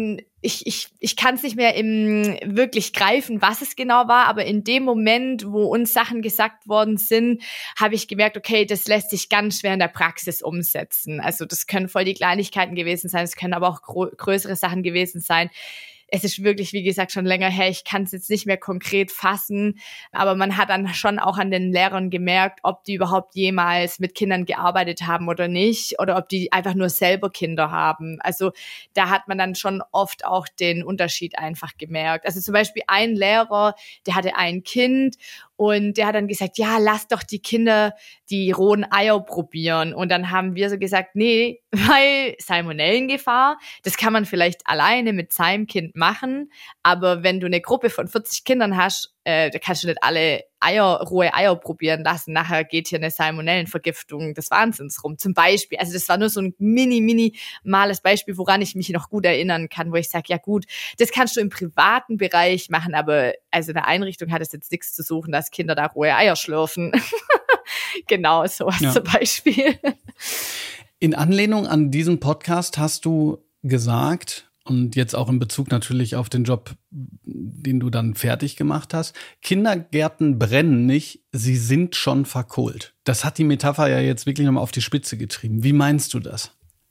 ich kann es nicht mehr wirklich greifen, was es genau war, aber in dem Moment, wo uns Sachen gesagt worden sind, habe ich gemerkt, okay, das lässt sich ganz schwer in der Praxis umsetzen. Also das können voll die Kleinigkeiten gewesen sein, es können aber auch größere Sachen gewesen sein. Es ist wirklich, wie gesagt, schon länger her. Ich kann es jetzt nicht mehr konkret fassen, aber man hat dann schon auch an den Lehrern gemerkt, ob die überhaupt jemals mit Kindern gearbeitet haben oder nicht oder ob die einfach nur selber Kinder haben. Also da hat man dann schon oft auch den Unterschied einfach gemerkt. Also zum Beispiel ein Lehrer, der hatte ein Kind und der hat dann gesagt, ja, lass doch die Kinder die rohen Eier probieren. Und dann haben wir so gesagt, nee, weil Salmonellengefahr, das kann man vielleicht alleine mit seinem Kind machen. Aber wenn du eine Gruppe von 40 Kindern hast, da kannst du nicht alle rohe Eier probieren lassen. Nachher geht hier eine Salmonellenvergiftung des Wahnsinns rum. Zum Beispiel, also das war nur so ein minimales Beispiel, woran ich mich noch gut erinnern kann, wo ich sage, ja gut, das kannst du im privaten Bereich machen, aber also in der Einrichtung hat es jetzt nichts zu suchen, dass Kinder da rohe Eier schlürfen. Genau, sowas zum Beispiel. In Anlehnung an diesen Podcast hast du gesagt, und jetzt auch in Bezug natürlich auf den Job, den du dann fertig gemacht hast, Kindergärten brennen nicht, sie sind schon verkohlt. Das hat die Metapher ja jetzt wirklich nochmal auf die Spitze getrieben. Wie meinst du das?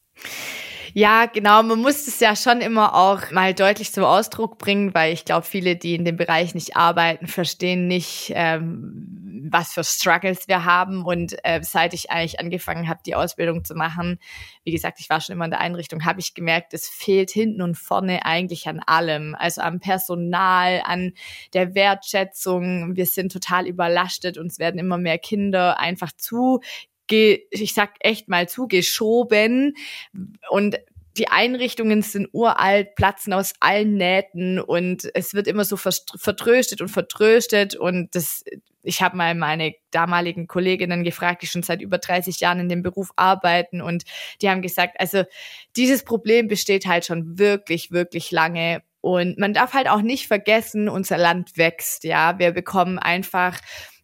Ja, genau. Man muss es ja schon immer auch mal deutlich zum Ausdruck bringen, weil ich glaube, viele, die in dem Bereich nicht arbeiten, verstehen nicht, was für Struggles wir haben. Und seit ich eigentlich angefangen habe, die Ausbildung zu machen, wie gesagt, ich war schon immer in der Einrichtung, habe ich gemerkt, es fehlt hinten und vorne eigentlich an allem. Also am Personal, an der Wertschätzung. Wir sind total überlastet und es werden immer mehr Kinder einfach ich sag echt mal zugeschoben und die Einrichtungen sind uralt, platzen aus allen Nähten und es wird immer so vertröstet und ich habe mal meine damaligen Kolleginnen gefragt, die schon seit über 30 Jahren in dem Beruf arbeiten und die haben gesagt, also dieses Problem besteht halt schon wirklich, wirklich lange. Und man darf halt auch nicht vergessen, unser Land wächst, ja. Wir bekommen einfach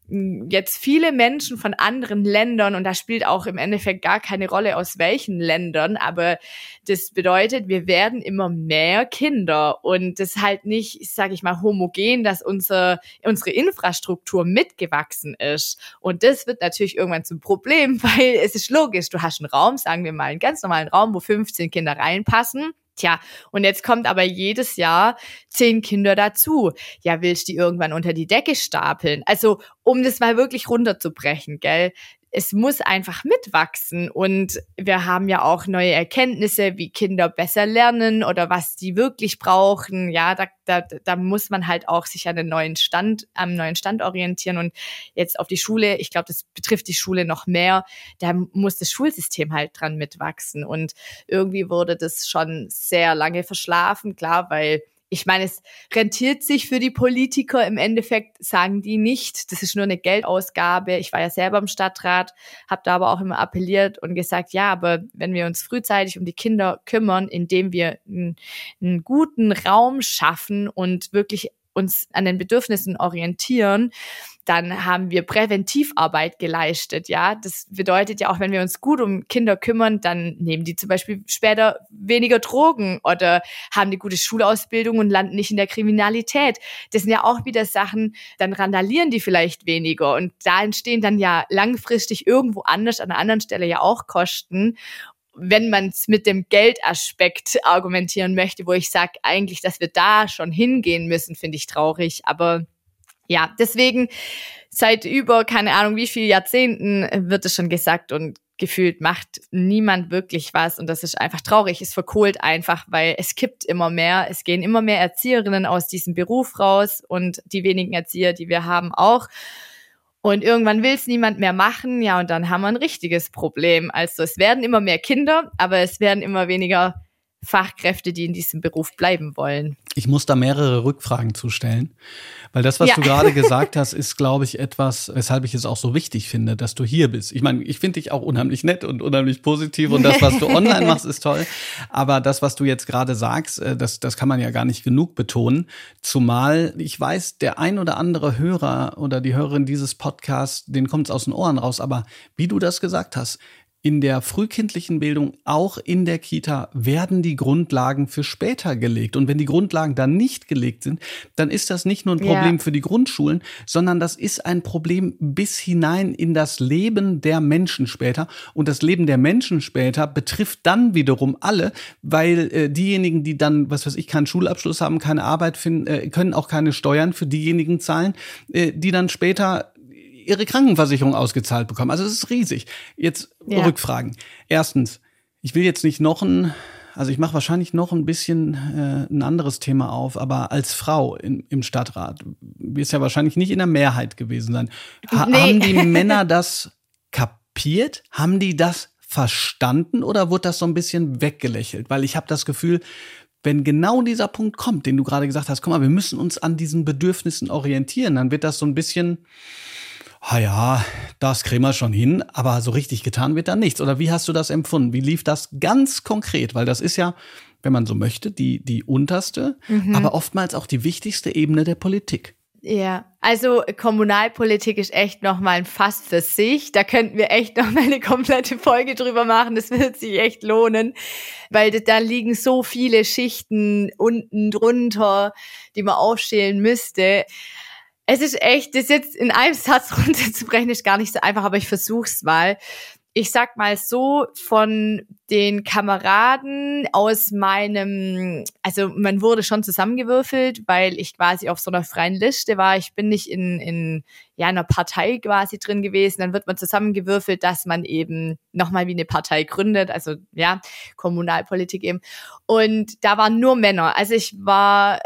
jetzt viele Menschen von anderen Ländern und da spielt auch im Endeffekt gar keine Rolle, aus welchen Ländern, aber das bedeutet, wir werden immer mehr Kinder und das halt nicht, sage ich mal, homogen, dass unsere Infrastruktur mitgewachsen ist und das wird natürlich irgendwann zum Problem, weil es ist logisch, du hast einen Raum, sagen wir mal, einen ganz normalen Raum, wo 15 Kinder reinpassen. Tja, und jetzt kommt aber jedes Jahr 10 Kinder dazu. Ja, willst du die irgendwann unter die Decke stapeln? Also, um das mal wirklich runterzubrechen, gell? Es muss einfach mitwachsen und wir haben ja auch neue Erkenntnisse, wie Kinder besser lernen oder was die wirklich brauchen. Ja, da muss man halt auch sich an am neuen Stand orientieren und jetzt auf die Schule. Ich glaube, das betrifft die Schule noch mehr. Da muss das Schulsystem halt dran mitwachsen und irgendwie wurde das schon sehr lange verschlafen, klar, weil ich meine, es rentiert sich für die Politiker im Endeffekt, sagen die nicht. Das ist nur eine Geldausgabe. Ich war ja selber im Stadtrat, habe da aber auch immer appelliert und gesagt, ja, aber wenn wir uns frühzeitig um die Kinder kümmern, indem wir einen guten Raum schaffen und wirklich uns an den Bedürfnissen orientieren, dann haben wir Präventivarbeit geleistet, ja. Das bedeutet ja auch, wenn wir uns gut um Kinder kümmern, dann nehmen die zum Beispiel später weniger Drogen oder haben eine gute Schulausbildung und landen nicht in der Kriminalität. Das sind ja auch wieder Sachen, dann randalieren die vielleicht weniger und da entstehen dann ja langfristig irgendwo anders, an einer anderen Stelle ja auch Kosten. Wenn man es mit dem Geldaspekt argumentieren möchte, wo ich sage eigentlich, dass wir da schon hingehen müssen, finde ich traurig. Aber ja, deswegen seit über, keine Ahnung wie viel Jahrzehnten wird es schon gesagt und gefühlt macht niemand wirklich was und das ist einfach traurig. Es verkohlt einfach, weil es kippt immer mehr. Es gehen immer mehr Erzieherinnen aus diesem Beruf raus und die wenigen Erzieher, die wir haben, auch. Und irgendwann will es niemand mehr machen, ja, und dann haben wir ein richtiges Problem. Also es werden immer mehr Kinder, aber es werden immer weniger Fachkräfte, die in diesem Beruf bleiben wollen. Ich muss da mehrere Rückfragen zustellen, weil das, was du gerade gesagt hast, ist, glaube ich, etwas, weshalb ich es auch so wichtig finde, dass du hier bist. Ich meine, ich finde dich auch unheimlich nett und unheimlich positiv und das, was du online machst, ist toll. Aber das, was du jetzt gerade sagst, das kann man ja gar nicht genug betonen. Zumal ich weiß, der ein oder andere Hörer oder die Hörerin dieses Podcasts, denen kommt es aus den Ohren raus. Aber wie du das gesagt hast, in der frühkindlichen Bildung, auch in der Kita, werden die Grundlagen für später gelegt. Und wenn die Grundlagen dann nicht gelegt sind, dann ist das nicht nur ein Problem für die Grundschulen, sondern das ist ein Problem bis hinein in das Leben der Menschen später. Und das Leben der Menschen später betrifft dann wiederum alle, weil diejenigen, die dann, was weiß ich, keinen Schulabschluss haben, keine Arbeit finden, können auch keine Steuern für diejenigen zahlen, die dann später ihre Krankenversicherung ausgezahlt bekommen. Also es ist riesig. Jetzt Rückfragen. Erstens, ich will jetzt nicht ich mache wahrscheinlich noch ein bisschen ein anderes Thema auf, aber als Frau im Stadtrat wirst ja wahrscheinlich nicht in der Mehrheit gewesen sein. Haben die Männer das kapiert? Haben die das verstanden oder wurde das so ein bisschen weggelächelt? Weil ich habe das Gefühl, wenn genau dieser Punkt kommt, den du gerade gesagt hast, guck mal, wir müssen uns an diesen Bedürfnissen orientieren, dann wird das so ein bisschen, das kriegen wir schon hin, aber so richtig getan wird da nichts. Oder wie hast du das empfunden? Wie lief das ganz konkret? Weil das ist ja, wenn man so möchte, die unterste, aber oftmals auch die wichtigste Ebene der Politik. Ja, also Kommunalpolitik ist echt nochmal ein Fass für sich. Da könnten wir echt nochmal eine komplette Folge drüber machen. Das wird sich echt lohnen, weil da liegen so viele Schichten unten drunter, die man aufschälen müsste. Es ist echt, das jetzt in einem Satz runterzubrechen, ist gar nicht so einfach, aber ich versuch's mal. Ich sag mal so, von den Kameraden aus also man wurde schon zusammengewürfelt, weil ich quasi auf so einer freien Liste war. Ich bin nicht in einer Partei quasi drin gewesen. Dann wird man zusammengewürfelt, dass man eben nochmal wie eine Partei gründet. Also ja, Kommunalpolitik eben. Und da waren nur Männer. Also ich war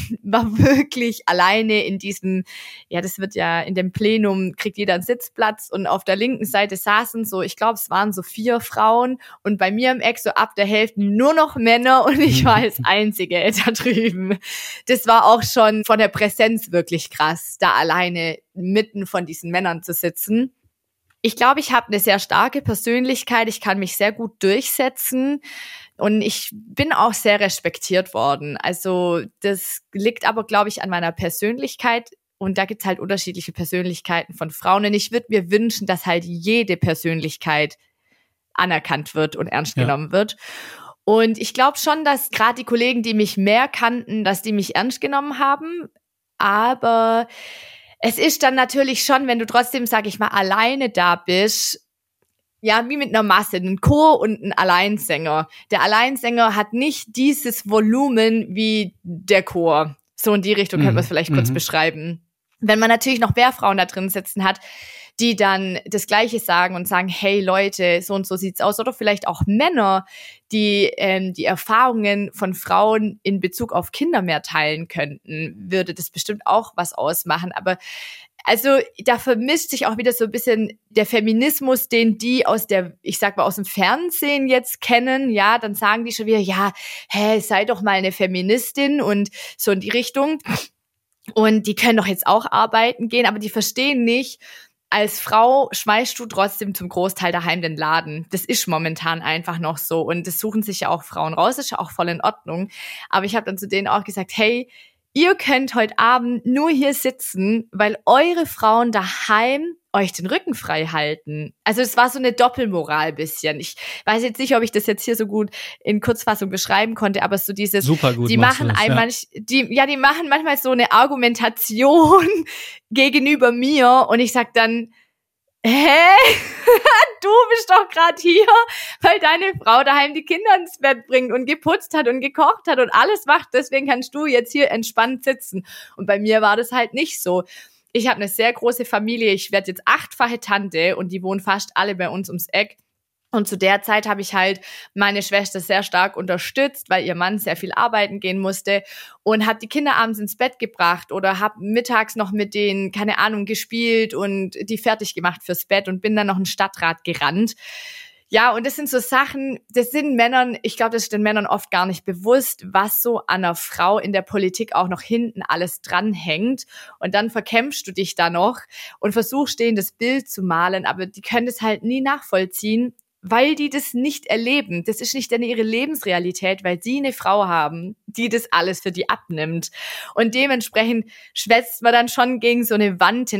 wirklich alleine in diesem, das wird ja in dem Plenum, kriegt jeder einen Sitzplatz und auf der linken Seite saßen so, ich glaube, es waren so 4 Frauen und bei mir im Eck so ab der Hälfte nur noch Männer und ich war als Einzige da drüben. Das war auch schon von der Präsenz wirklich krass, da alleine mitten von diesen Männern zu sitzen. Ich glaube, ich habe eine sehr starke Persönlichkeit, ich kann mich sehr gut durchsetzen und ich bin auch sehr respektiert worden. Also das liegt aber, glaube ich, an meiner Persönlichkeit und da gibt's halt unterschiedliche Persönlichkeiten von Frauen und ich würde mir wünschen, dass halt jede Persönlichkeit anerkannt wird und ernst genommen wird. Und ich glaube schon, dass gerade die Kollegen, die mich mehr kannten, dass die mich ernst genommen haben, aber es ist dann natürlich schon, wenn du trotzdem, sag ich mal, alleine da bist, ja, wie mit einer Masse, ein Chor und ein Alleinsänger. Der Alleinsänger hat nicht dieses Volumen wie der Chor. So in die Richtung können wir es vielleicht kurz beschreiben. Wenn man natürlich noch mehr Frauen da drin sitzen hat, die dann das Gleiche sagen und sagen, hey Leute, so und so sieht's aus. Oder vielleicht auch Männer, die die Erfahrungen von Frauen in Bezug auf Kinder mehr teilen könnten, würde das bestimmt auch was ausmachen. Aber also da vermischt sich auch wieder so ein bisschen der Feminismus, den die aus dem Fernsehen jetzt kennen. Ja, dann sagen die schon wieder, sei doch mal eine Feministin und so in die Richtung. Und die können doch jetzt auch arbeiten gehen, aber die verstehen nicht, als Frau schmeißt du trotzdem zum Großteil daheim den Laden. Das ist momentan einfach noch so. Und das suchen sich ja auch Frauen raus, das ist ja auch voll in Ordnung. Aber ich habe dann zu denen auch gesagt, hey, ihr könnt heute Abend nur hier sitzen, weil eure Frauen daheim euch den Rücken frei halten. Also es war so eine Doppelmoral bisschen. Ich weiß jetzt nicht, ob ich das jetzt hier so gut in Kurzfassung beschreiben konnte, aber so dieses, super gut, die machen die machen manchmal so eine Argumentation gegenüber mir und ich sag dann, du bist doch gerade hier, weil deine Frau daheim die Kinder ins Bett bringt und geputzt hat und gekocht hat und alles macht, deswegen kannst du jetzt hier entspannt sitzen. Und bei mir war das halt nicht so. Ich habe eine sehr große Familie, ich werde jetzt 8-fache Tante und die wohnen fast alle bei uns ums Eck. Und zu der Zeit habe ich halt meine Schwester sehr stark unterstützt, weil ihr Mann sehr viel arbeiten gehen musste und habe die Kinder abends ins Bett gebracht oder habe mittags noch mit denen, keine Ahnung, gespielt und die fertig gemacht fürs Bett und bin dann noch einen Stadtrat gerannt. Ja, und das sind so Sachen, das sind Männern, ich glaube, das ist den Männern oft gar nicht bewusst, was so an einer Frau in der Politik auch noch hinten alles dranhängt. Und dann verkämpfst du dich da noch und versuchst denen das Bild zu malen, aber die können das halt nie nachvollziehen, weil die das nicht erleben. Das ist nicht ihre Lebensrealität, weil sie eine Frau haben, die das alles für die abnimmt. Und dementsprechend schwätzt man dann schon gegen so eine Wand hin. Also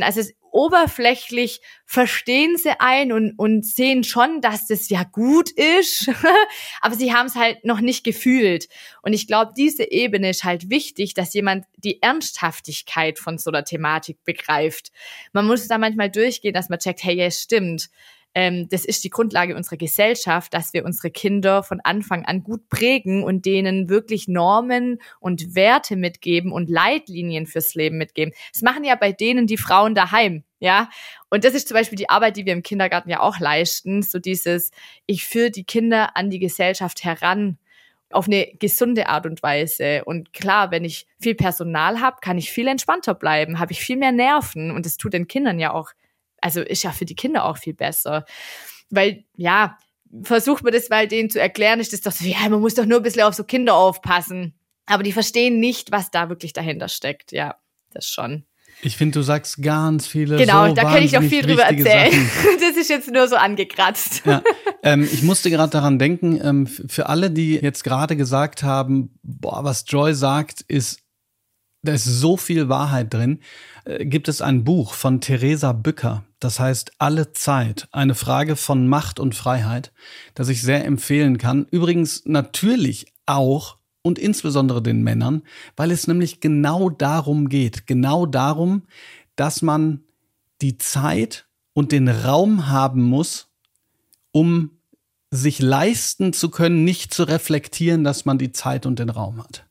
oberflächlich verstehen sie und sehen schon, dass das ja gut ist, aber sie haben es halt noch nicht gefühlt. Und ich glaube, diese Ebene ist halt wichtig, dass jemand die Ernsthaftigkeit von so einer Thematik begreift. Man muss da manchmal durchgehen, dass man checkt, hey, ja, es stimmt. Das ist die Grundlage unserer Gesellschaft, dass wir unsere Kinder von Anfang an gut prägen und denen wirklich Normen und Werte mitgeben und Leitlinien fürs Leben mitgeben. Das machen ja bei denen die Frauen daheim, ja. Und das ist zum Beispiel die Arbeit, die wir im Kindergarten ja auch leisten. So dieses, ich führe die Kinder an die Gesellschaft heran auf eine gesunde Art und Weise. Und klar, wenn ich viel Personal habe, kann ich viel entspannter bleiben, habe ich viel mehr Nerven. Und das tut den Kindern ja auch, also ist ja für die Kinder auch viel besser. Weil, ja, versucht man das mal denen zu erklären, ist das doch so, ja, man muss doch nur ein bisschen auf so Kinder aufpassen. Aber die verstehen nicht, was da wirklich dahinter steckt. Ja, das schon. Ich finde, du sagst ganz viele Genau, so da kann ich noch viel drüber erzählen. Sachen. Das ist jetzt nur so angekratzt. Ja, ich musste gerade daran denken, für alle, die jetzt gerade gesagt haben, boah, was Joy sagt, da ist so viel Wahrheit drin, gibt es ein Buch von Theresa Bücker, das heißt Alle Zeit, eine Frage von Macht und Freiheit, das ich sehr empfehlen kann. Übrigens natürlich auch und insbesondere den Männern, weil es nämlich genau darum geht, genau darum, dass man die Zeit und den Raum haben muss, um sich leisten zu können, nicht zu reflektieren, dass man die Zeit und den Raum hat.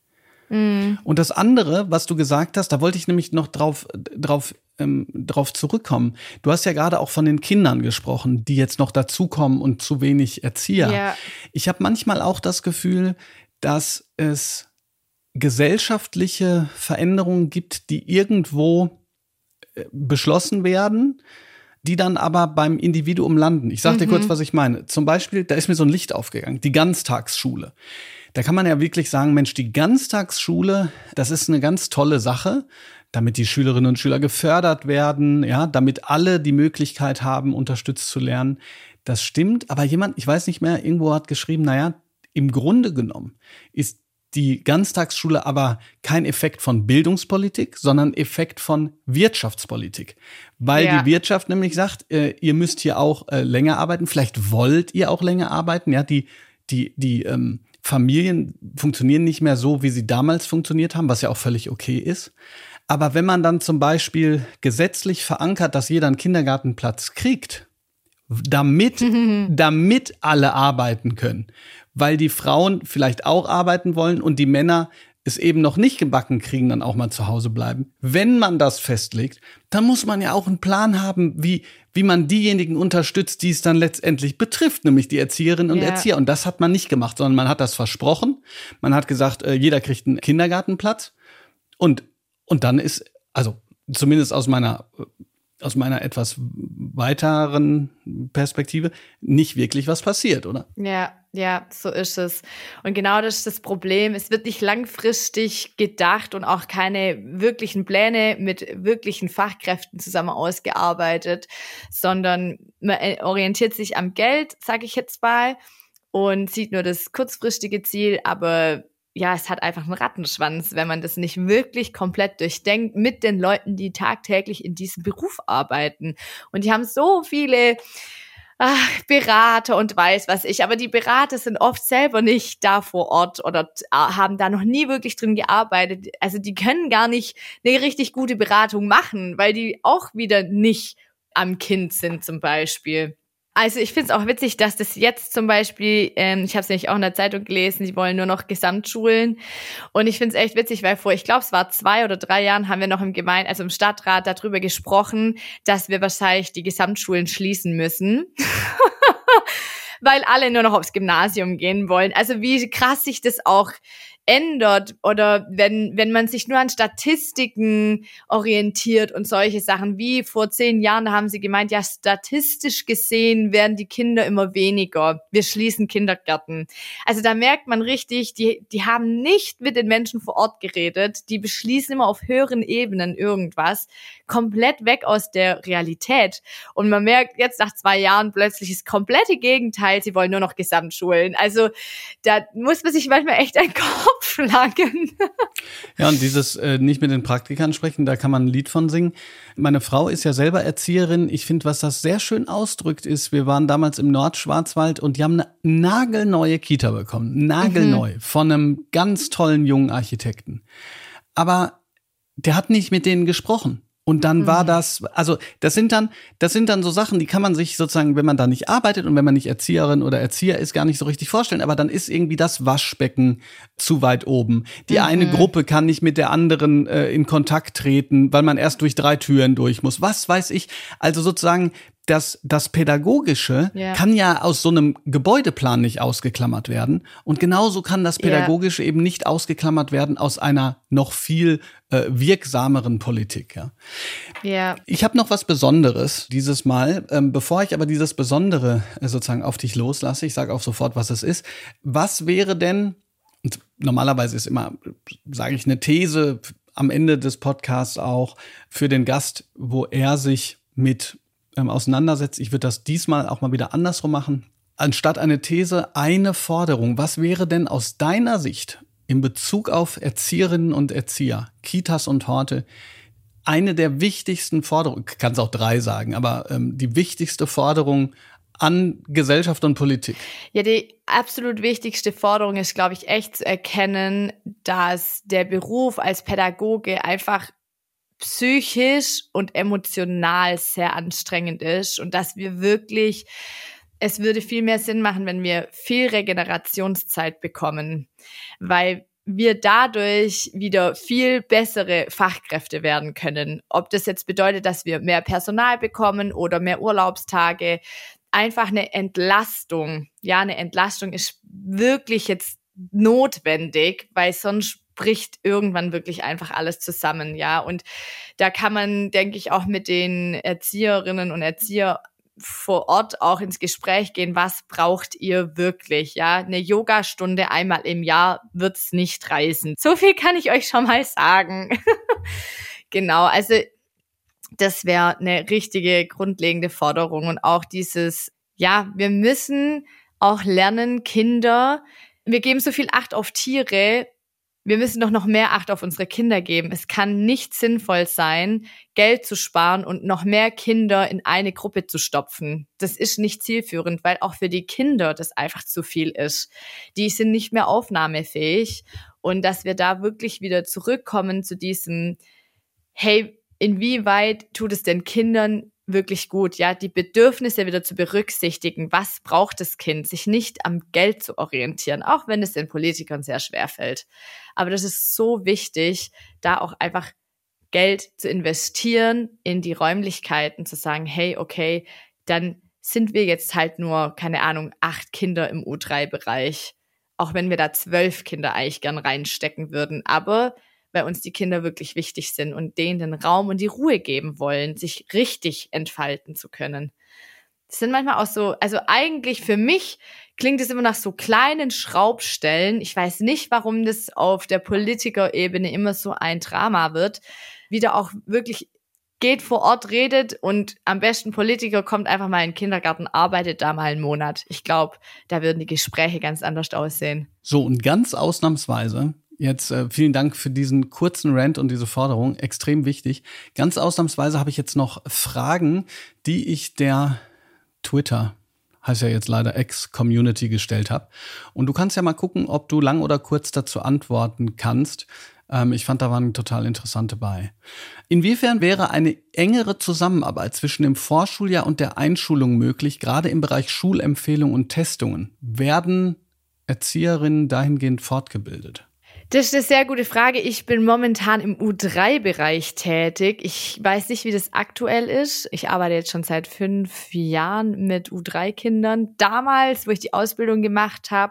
Und das andere, was du gesagt hast, da wollte ich nämlich noch drauf zurückkommen. Du hast ja gerade auch von den Kindern gesprochen, die jetzt noch dazukommen und zu wenig Erzieher. Ja. Ich habe manchmal auch das Gefühl, dass es gesellschaftliche Veränderungen gibt, die irgendwo beschlossen werden, die dann aber beim Individuum landen. Ich sag dir kurz, was ich meine. Zum Beispiel, da ist mir so ein Licht aufgegangen, die Ganztagsschule. Da kann man ja wirklich sagen, Mensch, die Ganztagsschule, das ist eine ganz tolle Sache, damit die Schülerinnen und Schüler gefördert werden, ja, damit alle die Möglichkeit haben, unterstützt zu lernen. Das stimmt, aber jemand, ich weiß nicht mehr, irgendwo hat geschrieben, naja, im Grunde genommen ist die Ganztagsschule aber kein Effekt von Bildungspolitik, sondern Effekt von Wirtschaftspolitik. Weil die Wirtschaft nämlich sagt, ihr müsst hier auch länger arbeiten, vielleicht wollt ihr auch länger arbeiten, ja, die Familien funktionieren nicht mehr so, wie sie damals funktioniert haben, was ja auch völlig okay ist. Aber wenn man dann zum Beispiel gesetzlich verankert, dass jeder einen Kindergartenplatz kriegt, damit alle arbeiten können, weil die Frauen vielleicht auch arbeiten wollen und die Männer es eben noch nicht gebacken kriegen, dann auch mal zu Hause bleiben. Wenn man das festlegt, dann muss man ja auch einen Plan haben, wie man diejenigen unterstützt, die es dann letztendlich betrifft, nämlich die Erzieherinnen und Erzieher. Und das hat man nicht gemacht, sondern man hat das versprochen. Man hat gesagt, jeder kriegt einen Kindergartenplatz. Und dann ist, also zumindest aus meiner etwas weiteren Perspektive, nicht wirklich was passiert, oder? Ja, so ist es. Und genau das ist das Problem. Es wird nicht langfristig gedacht und auch keine wirklichen Pläne mit wirklichen Fachkräften zusammen ausgearbeitet, sondern man orientiert sich am Geld, sage ich jetzt mal, und sieht nur das kurzfristige Ziel, aber ja, es hat einfach einen Rattenschwanz, wenn man das nicht wirklich komplett durchdenkt mit den Leuten, die tagtäglich in diesem Beruf arbeiten. Und die haben so viele Berater und weiß was ich, aber die Berater sind oft selber nicht da vor Ort oder haben da noch nie wirklich drin gearbeitet. Also die können gar nicht eine richtig gute Beratung machen, weil die auch wieder nicht am Kind sind zum Beispiel. Also ich finde es auch witzig, dass das jetzt zum Beispiel, ich habe es nämlich auch in der Zeitung gelesen, die wollen nur noch Gesamtschulen. Und ich finde es echt witzig, weil ich glaube, es war 2 oder 3 Jahren, haben wir noch im Stadtrat darüber gesprochen, dass wir wahrscheinlich die Gesamtschulen schließen müssen. Weil alle nur noch aufs Gymnasium gehen wollen. Also wie krass sich das auch ändert oder wenn man sich nur an Statistiken orientiert und solche Sachen, wie vor 10 Jahren, da haben sie gemeint, ja, statistisch gesehen werden die Kinder immer weniger. Wir schließen Kindergärten. Also da merkt man richtig, die haben nicht mit den Menschen vor Ort geredet, die beschließen immer auf höheren Ebenen irgendwas, komplett weg aus der Realität. Und man merkt jetzt nach 2 Jahren plötzlich das komplette Gegenteil, sie wollen nur noch Gesamtschulen. Also da muss man sich manchmal echt einen Kopf schlagen. Ja, und dieses nicht mit den Praktikern sprechen, da kann man ein Lied von singen. Meine Frau ist ja selber Erzieherin. Ich finde, was das sehr schön ausdrückt, ist, wir waren damals im Nordschwarzwald und die haben eine nagelneue Kita bekommen. Nagelneu. Von einem ganz tollen jungen Architekten. Aber der hat nicht mit denen gesprochen. Und dann war das, also das sind dann so Sachen, die kann man sich sozusagen, wenn man da nicht arbeitet und wenn man nicht Erzieherin oder Erzieher ist, gar nicht so richtig vorstellen. Aber dann ist irgendwie das Waschbecken zu weit oben. Die eine Gruppe kann nicht mit der anderen in Kontakt treten, weil man erst durch 3 Türen durch muss. Was weiß ich. Also sozusagen das Pädagogische kann ja aus so einem Gebäudeplan nicht ausgeklammert werden. Und genauso kann das Pädagogische eben nicht ausgeklammert werden aus einer noch viel wirksameren Politik. Ja. Ich habe noch was Besonderes dieses Mal. Bevor ich aber dieses Besondere sozusagen auf dich loslasse, ich sage auch sofort, was es ist. Was wäre denn, und normalerweise ist immer, sage ich, eine These am Ende des Podcasts auch für den Gast, wo er sich mit auseinandersetzt. Ich würde das diesmal auch mal wieder andersrum machen. Anstatt eine These, eine Forderung. Was wäre denn aus deiner Sicht in Bezug auf Erzieherinnen und Erzieher, Kitas und Horte, eine der wichtigsten Forderungen, ich kann es auch 3 sagen, aber die wichtigste Forderung an Gesellschaft und Politik? Ja, die absolut wichtigste Forderung ist, glaube ich, echt zu erkennen, dass der Beruf als Pädagoge einfach psychisch und emotional sehr anstrengend ist und dass wir wirklich, es würde viel mehr Sinn machen, wenn wir viel Regenerationszeit bekommen, weil wir dadurch wieder viel bessere Fachkräfte werden können. Ob das jetzt bedeutet, dass wir mehr Personal bekommen oder mehr Urlaubstage, einfach eine Entlastung. Ja, eine Entlastung ist wirklich jetzt notwendig, weil sonst bricht irgendwann wirklich einfach alles zusammen, ja. Und da kann man, denke ich, auch mit den Erzieherinnen und Erziehern vor Ort auch ins Gespräch gehen, was braucht ihr wirklich, ja. Eine Yogastunde einmal im Jahr wird's nicht reißen. So viel kann ich euch schon mal sagen. Genau, also das wäre eine richtige grundlegende Forderung und auch dieses, ja, wir müssen auch lernen, Kinder, wir geben so viel Acht auf Tiere, wir müssen doch noch mehr Acht auf unsere Kinder geben. Es kann nicht sinnvoll sein, Geld zu sparen und noch mehr Kinder in eine Gruppe zu stopfen. Das ist nicht zielführend, weil auch für die Kinder das einfach zu viel ist. Die sind nicht mehr aufnahmefähig. Und dass wir da wirklich wieder zurückkommen zu diesem, hey, inwieweit tut es den Kindern wirklich gut, ja, die Bedürfnisse wieder zu berücksichtigen. Was braucht das Kind? Sich nicht am Geld zu orientieren, auch wenn es den Politikern sehr schwer fällt. Aber das ist so wichtig, da auch einfach Geld zu investieren in die Räumlichkeiten, zu sagen, hey, okay, dann sind wir jetzt halt nur, keine Ahnung, 8 Kinder im U3-Bereich. Auch wenn wir da 12 Kinder eigentlich gern reinstecken würden. Aber weil uns die Kinder wirklich wichtig sind und denen den Raum und die Ruhe geben wollen, sich richtig entfalten zu können. Das sind manchmal auch so, also eigentlich für mich klingt es immer nach so kleinen Schraubstellen. Ich weiß nicht, warum das auf der Politikerebene immer so ein Drama wird. Wieder auch wirklich geht vor Ort, redet und am besten Politiker kommt einfach mal in den Kindergarten, arbeitet da mal einen Monat. Ich glaube, da würden die Gespräche ganz anders aussehen. So, und ganz ausnahmsweise jetzt vielen Dank für diesen kurzen Rant und diese Forderung, extrem wichtig. Ganz ausnahmsweise habe ich jetzt noch Fragen, die ich der Twitter, heißt ja jetzt leider Ex-Community, gestellt habe. Und du kannst ja mal gucken, ob du lang oder kurz dazu antworten kannst. Ich fand, da waren total interessante bei. Inwiefern wäre eine engere Zusammenarbeit zwischen dem Vorschuljahr und der Einschulung möglich, gerade im Bereich Schulempfehlungen und Testungen? Werden Erzieherinnen dahingehend fortgebildet? Das ist eine sehr gute Frage. Ich bin momentan im U3-Bereich tätig. Ich weiß nicht, wie das aktuell ist. Ich arbeite jetzt schon seit 5 Jahren mit U3-Kindern. Damals, wo ich die Ausbildung gemacht habe,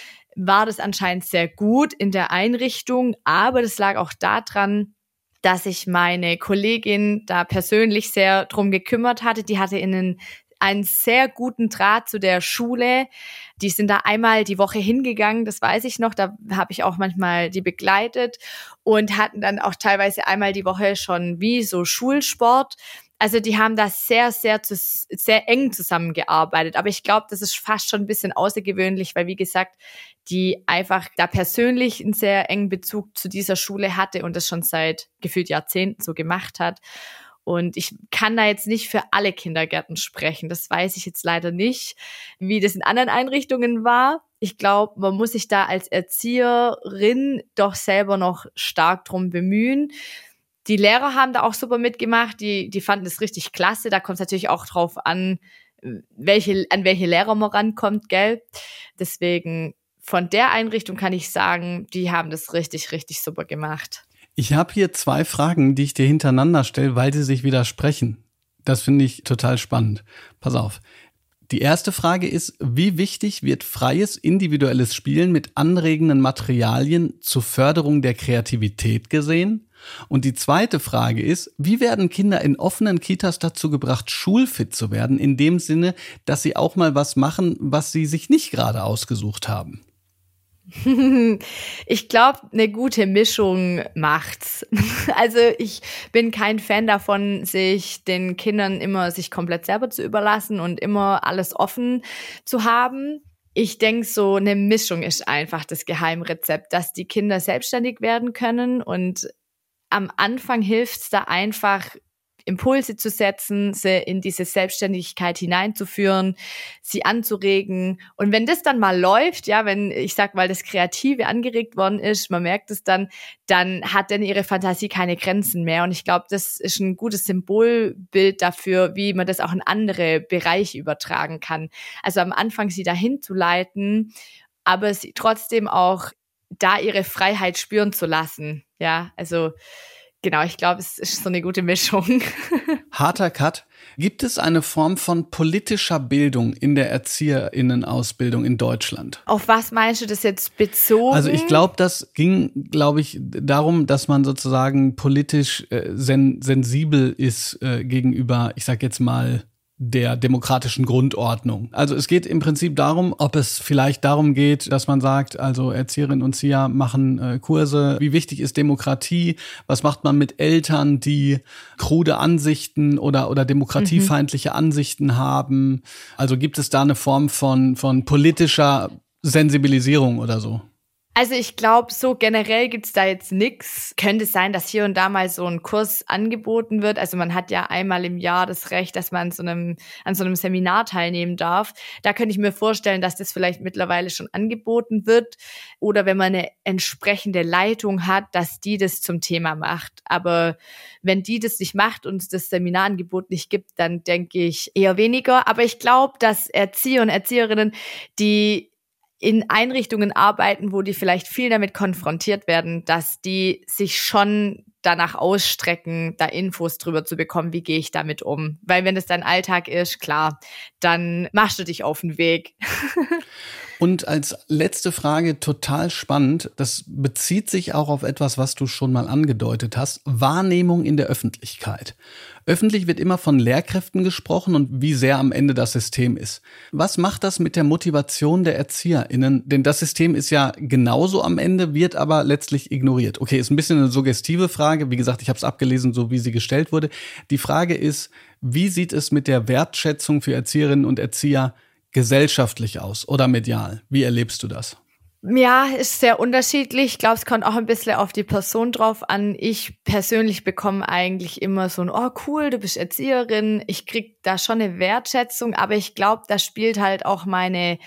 war das anscheinend sehr gut in der Einrichtung. Aber das lag auch daran, dass sich meine Kollegin da persönlich sehr drum gekümmert hatte. Die hatte einen sehr guten Draht zu der Schule. Die sind da einmal die Woche hingegangen, das weiß ich noch. Da habe ich auch manchmal die begleitet und hatten dann auch teilweise einmal die Woche schon wie so Schulsport. Also die haben da sehr, sehr, sehr eng zusammengearbeitet. Aber ich glaube, das ist fast schon ein bisschen außergewöhnlich, weil, wie gesagt, die einfach da persönlich einen sehr engen Bezug zu dieser Schule hatte und das schon seit gefühlt Jahrzehnten so gemacht hat. Und ich kann da jetzt nicht für alle Kindergärten sprechen. Das weiß ich jetzt leider nicht, wie das in anderen Einrichtungen war. Ich glaube, man muss sich da als Erzieherin doch selber noch stark drum bemühen. Die Lehrer haben da auch super mitgemacht. Die fanden es richtig klasse. Da kommt es natürlich auch drauf an, an welche Lehrer man rankommt, gell? Deswegen von der Einrichtung kann ich sagen, die haben das richtig, richtig super gemacht. Ich habe hier 2 Fragen, die ich dir hintereinander stelle, weil sie sich widersprechen. Das finde ich total spannend. Pass auf. Die erste Frage ist, wie wichtig wird freies, individuelles Spielen mit anregenden Materialien zur Förderung der Kreativität gesehen? Und die zweite Frage ist, wie werden Kinder in offenen Kitas dazu gebracht, schulfit zu werden, in dem Sinne, dass sie auch mal was machen, was sie sich nicht gerade ausgesucht haben? Ich glaube, eine gute Mischung macht's. Also ich bin kein Fan davon, sich den Kindern immer sich komplett selber zu überlassen und immer alles offen zu haben. Ich denke, so eine Mischung ist einfach das Geheimrezept, dass die Kinder selbstständig werden können und am Anfang hilft's da einfach, Impulse zu setzen, sie in diese Selbstständigkeit hineinzuführen, sie anzuregen. Und wenn das dann mal läuft, ja, wenn, ich sag mal, das Kreative angeregt worden ist, man merkt es dann hat dann ihre Fantasie keine Grenzen mehr. Und ich glaube, das ist ein gutes Symbolbild dafür, wie man das auch in andere Bereiche übertragen kann. Also am Anfang sie dahin zu leiten, aber sie trotzdem auch da ihre Freiheit spüren zu lassen. Ja, also genau, ich glaube, es ist so eine gute Mischung. Harter Cut. Gibt es eine Form von politischer Bildung in der ErzieherInnenausbildung in Deutschland? Auf was meinst du das jetzt bezogen? Also ich glaube, das ging, darum, dass man sozusagen politisch sensibel ist gegenüber, ich sag jetzt mal, der demokratischen Grundordnung. Also es geht im Prinzip darum, ob es vielleicht darum geht, dass man sagt, also Erzieherinnen und Erzieher machen Kurse, wie wichtig ist Demokratie, was macht man mit Eltern, die krude Ansichten oder demokratiefeindliche Ansichten haben. Also gibt es da eine Form von politischer Sensibilisierung oder so? Also ich glaube, so generell gibt's da jetzt nix. Könnte sein, dass hier und da mal so ein Kurs angeboten wird. Also man hat ja einmal im Jahr das Recht, dass man an so einem Seminar teilnehmen darf. Da könnte ich mir vorstellen, dass das vielleicht mittlerweile schon angeboten wird. Oder wenn man eine entsprechende Leitung hat, dass die das zum Thema macht. Aber wenn die das nicht macht und es das Seminarangebot nicht gibt, dann denke ich eher weniger. Aber ich glaube, dass Erzieher und Erzieherinnen, die in Einrichtungen arbeiten, wo die vielleicht viel damit konfrontiert werden, dass die sich schon danach ausstrecken, da Infos drüber zu bekommen, wie gehe ich damit um. Weil wenn es dein Alltag ist, klar, dann machst du dich auf den Weg. Und als letzte Frage, total spannend, das bezieht sich auch auf etwas, was du schon mal angedeutet hast, Wahrnehmung in der Öffentlichkeit. Öffentlich wird immer von Lehrkräften gesprochen und wie sehr am Ende das System ist. Was macht das mit der Motivation der ErzieherInnen? Denn das System ist ja genauso am Ende, wird aber letztlich ignoriert. Okay, ist ein bisschen eine suggestive Frage. Wie gesagt, ich habe es abgelesen, so wie sie gestellt wurde. Die Frage ist, wie sieht es mit der Wertschätzung für Erzieherinnen und Erzieher gesellschaftlich aus oder medial? Wie erlebst du das? Ja, ist sehr unterschiedlich. Ich glaube, es kommt auch ein bisschen auf die Person drauf an. Ich persönlich bekomme eigentlich immer so ein, oh cool, du bist Erzieherin. Ich krieg da schon eine Wertschätzung, aber ich glaube, da spielt halt auch meine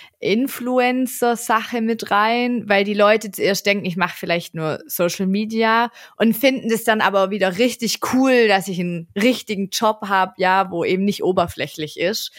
Influencer-Sache mit rein, weil die Leute zuerst denken, ich mache vielleicht nur Social Media und finden das dann aber wieder richtig cool, dass ich einen richtigen Job habe, ja, wo eben nicht oberflächlich ist.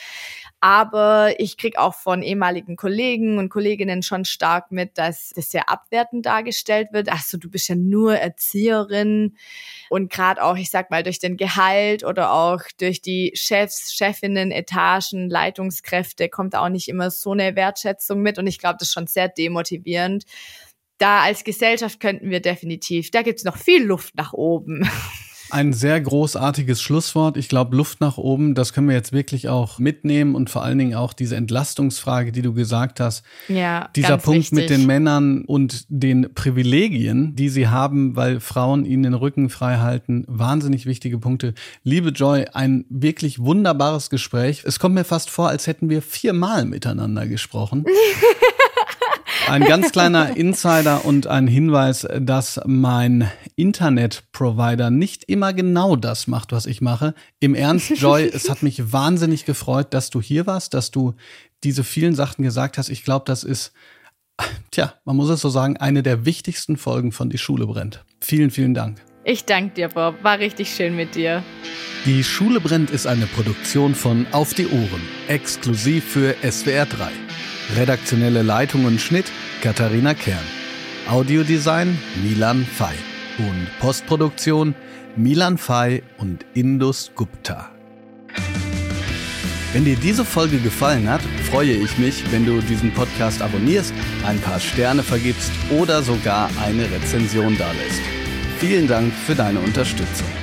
Aber ich krieg auch von ehemaligen Kollegen und Kolleginnen schon stark mit, dass das sehr abwertend dargestellt wird. Ach so, du bist ja nur Erzieherin. Und gerade auch, ich sag mal, durch den Gehalt oder auch durch die Chefs, Chefinnen, Etagen, Leitungskräfte kommt auch nicht immer so eine Wertschätzung mit. Und ich glaube, das ist schon sehr demotivierend. Da als Gesellschaft könnten wir definitiv, da gibt's noch viel Luft nach oben. Ein sehr großartiges Schlusswort. Ich glaube, Luft nach oben, das können wir jetzt wirklich auch mitnehmen und vor allen Dingen auch diese Entlastungsfrage, die du gesagt hast. Ja, dieser ganz Punkt wichtig. mit den Männern und den Privilegien, die sie haben, weil Frauen ihnen den Rücken frei halten. Wahnsinnig wichtige Punkte. Liebe Joy, ein wirklich wunderbares Gespräch. Es kommt mir fast vor, als hätten wir 4-mal miteinander gesprochen. Ein ganz kleiner Insider und ein Hinweis, dass mein Internetprovider nicht immer genau das macht, was ich mache. Im Ernst, Joy, es hat mich wahnsinnig gefreut, dass du hier warst, dass du diese vielen Sachen gesagt hast. Ich glaube, das ist, man muss es so sagen, eine der wichtigsten Folgen von Die Schule brennt. Vielen, vielen Dank. Ich danke dir, Bob. War richtig schön mit dir. Die Schule brennt ist eine Produktion von Auf die Ohren, exklusiv für SWR 3. Redaktionelle Leitung und Schnitt Katharina Kern. Audiodesign Milan Fay. Und Postproduktion Milan Fay und Indus Gupta. Wenn dir diese Folge gefallen hat, freue ich mich, wenn du diesen Podcast abonnierst, ein paar Sterne vergibst oder sogar eine Rezension dalässt. Vielen Dank für deine Unterstützung.